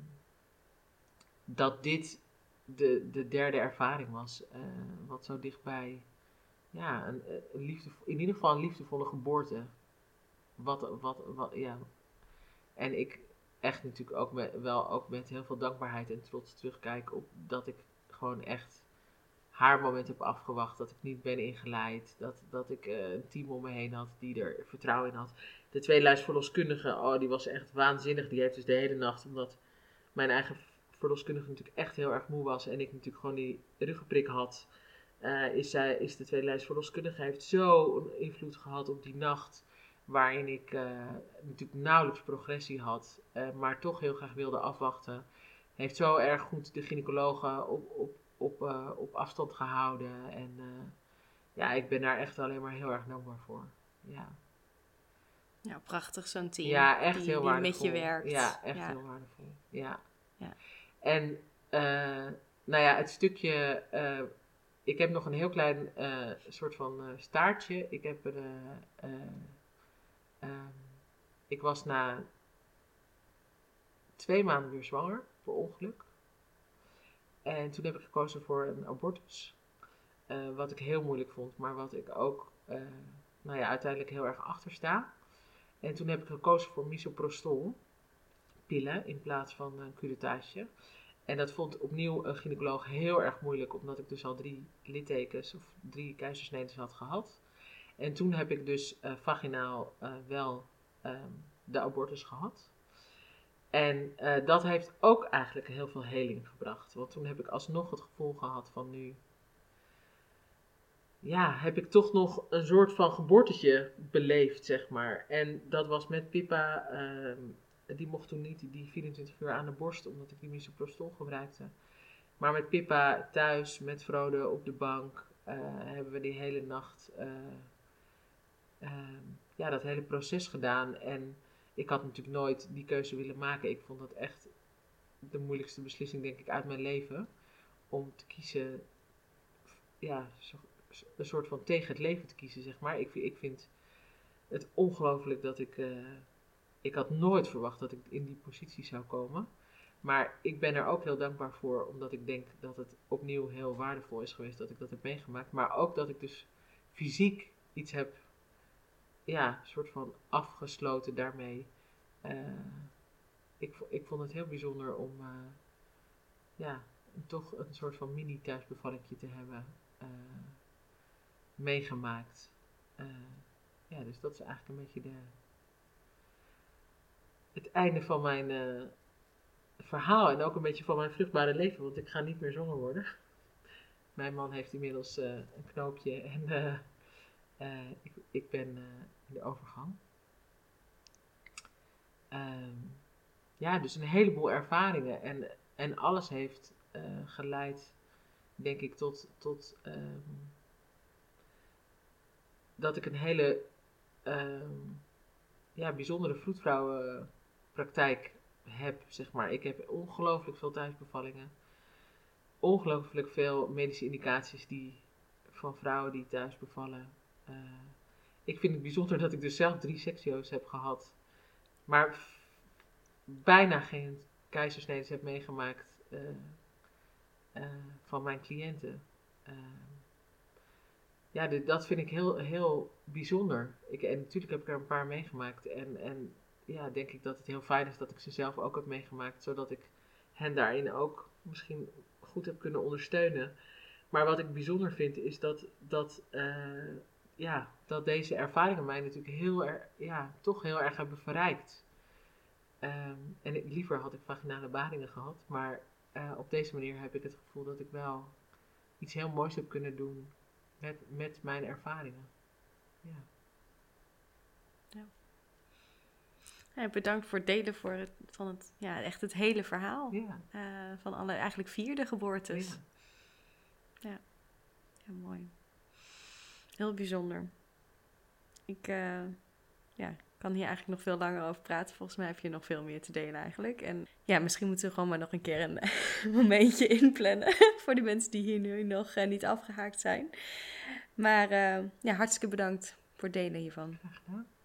dat dit de, de derde ervaring was. Uh, wat zo dichtbij, ja, een, een liefde, in ieder geval een liefdevolle geboorte. Wat, wat, wat, ja. En ik echt natuurlijk ook met, wel ook met heel veel dankbaarheid en trots terugkijk op dat ik gewoon echt haar moment heb afgewacht. Dat ik niet ben ingeleid. Dat, dat ik uh, een team om me heen had die er vertrouwen in had. De tweeluisverloskundige, oh, die was echt waanzinnig. Die heeft dus de hele nacht, omdat mijn eigen verloskundige natuurlijk echt heel erg moe was. En ik natuurlijk gewoon die ruggenprik had. Uh, is, zij, is de tweeluisverloskundige heeft zo een invloed gehad op die nacht. Waarin ik uh, natuurlijk nauwelijks progressie had. Uh, maar toch heel graag wilde afwachten. Heeft zo erg goed de gynaecologen op, op, op, uh, op afstand gehouden. En uh, ja, ik ben daar echt alleen maar heel erg dankbaar voor. Ja, ja prachtig zo'n team. Ja, echt die, heel die waardevol. met je werkt. Ja, echt ja. heel waardevol. Ja. ja. En uh, nou ja, het stukje... Uh, ik heb nog een heel klein uh, soort van uh, staartje. Ik heb er... Uh, uh, uh, ik was na twee maanden weer zwanger, per ongeluk. En toen heb ik gekozen voor een abortus. Uh, wat ik heel moeilijk vond, maar wat ik ook uh, nou ja, uiteindelijk heel erg achter sta. En toen heb ik gekozen voor misoprostol pillen in plaats van een curettage. En dat vond opnieuw een gynaecoloog heel erg moeilijk, omdat ik dus al drie littekens of drie keizersneden had gehad. En toen heb ik dus uh, vaginaal uh, wel uh, de abortus gehad. En uh, dat heeft ook eigenlijk heel veel heling gebracht. Want toen heb ik alsnog het gevoel gehad van nu... Ja, heb ik toch nog een soort van geboortetje beleefd, zeg maar. En dat was met Pippa... Uh, die mocht toen niet die vierentwintig uur aan de borst, omdat ik die misoprostol gebruikte. Maar met Pippa thuis, met Frode op de bank, uh, hebben we die hele nacht uh, uh, ja, dat hele proces gedaan. En ik had natuurlijk nooit die keuze willen maken. Ik vond dat echt de moeilijkste beslissing, denk ik, uit mijn leven. Om te kiezen, ja, zo, een soort van tegen het leven te kiezen, zeg maar. Ik, ik vind het ongelooflijk dat ik... Uh, Ik had nooit verwacht dat ik in die positie zou komen. Maar ik ben er ook heel dankbaar voor, omdat ik denk dat het opnieuw heel waardevol is geweest dat ik dat heb meegemaakt. Maar ook dat ik dus fysiek iets heb, ja, soort van afgesloten daarmee. Uh, ik, ik vond het heel bijzonder om, uh, ja, toch een soort van mini thuisbevallingje te hebben uh, meegemaakt. Uh, ja, dus dat is eigenlijk een beetje de... het einde van mijn uh, verhaal en ook een beetje van mijn vruchtbare leven, want ik ga niet meer zwanger worden. Mijn man heeft inmiddels uh, een knoopje en uh, uh, ik, ik ben uh, in de overgang. Um, ja, dus een heleboel ervaringen en, en alles heeft uh, geleid, denk ik, tot, tot um, dat ik een hele um, ja, bijzondere vroedvrouwenpraktijk heb, zeg maar. Ik heb ongelooflijk veel thuisbevallingen. Ongelooflijk veel medische indicaties die, van vrouwen die thuis bevallen. Uh, ik vind het bijzonder dat ik dus zelf drie sectio's heb gehad. Maar f- bijna geen keizersneden heb meegemaakt uh, uh, van mijn cliënten. Uh, Ja, dit, dat vind ik heel, heel bijzonder. Ik, en natuurlijk heb ik er een paar meegemaakt. En, en ja, denk ik dat het heel fijn is dat ik ze zelf ook heb meegemaakt. Zodat ik hen daarin ook misschien goed heb kunnen ondersteunen. Maar wat ik bijzonder vind is dat, dat, uh, ja, dat deze ervaringen mij natuurlijk heel erg, ja, toch heel erg hebben verrijkt. Um, en ik, liever had ik vaginale badingen gehad. Maar uh, op deze manier heb ik het gevoel dat ik wel iets heel moois heb kunnen doen. Met, met mijn ervaringen. Ja. Ja. Ja, bedankt voor het delen voor het, van het, ja, echt het hele verhaal. Ja. Uh, van alle eigenlijk vierde geboortes. Ja. Ja. Ja, mooi. Heel bijzonder. Ik uh, ja, kan hier eigenlijk nog veel langer over praten. Volgens mij heb je nog veel meer te delen eigenlijk. En ja, misschien moeten we gewoon maar nog een keer een momentje inplannen. Voor die mensen die hier nu nog uh, niet afgehaakt zijn. Maar uh, ja, hartstikke bedankt voor het delen hiervan. Graag gedaan.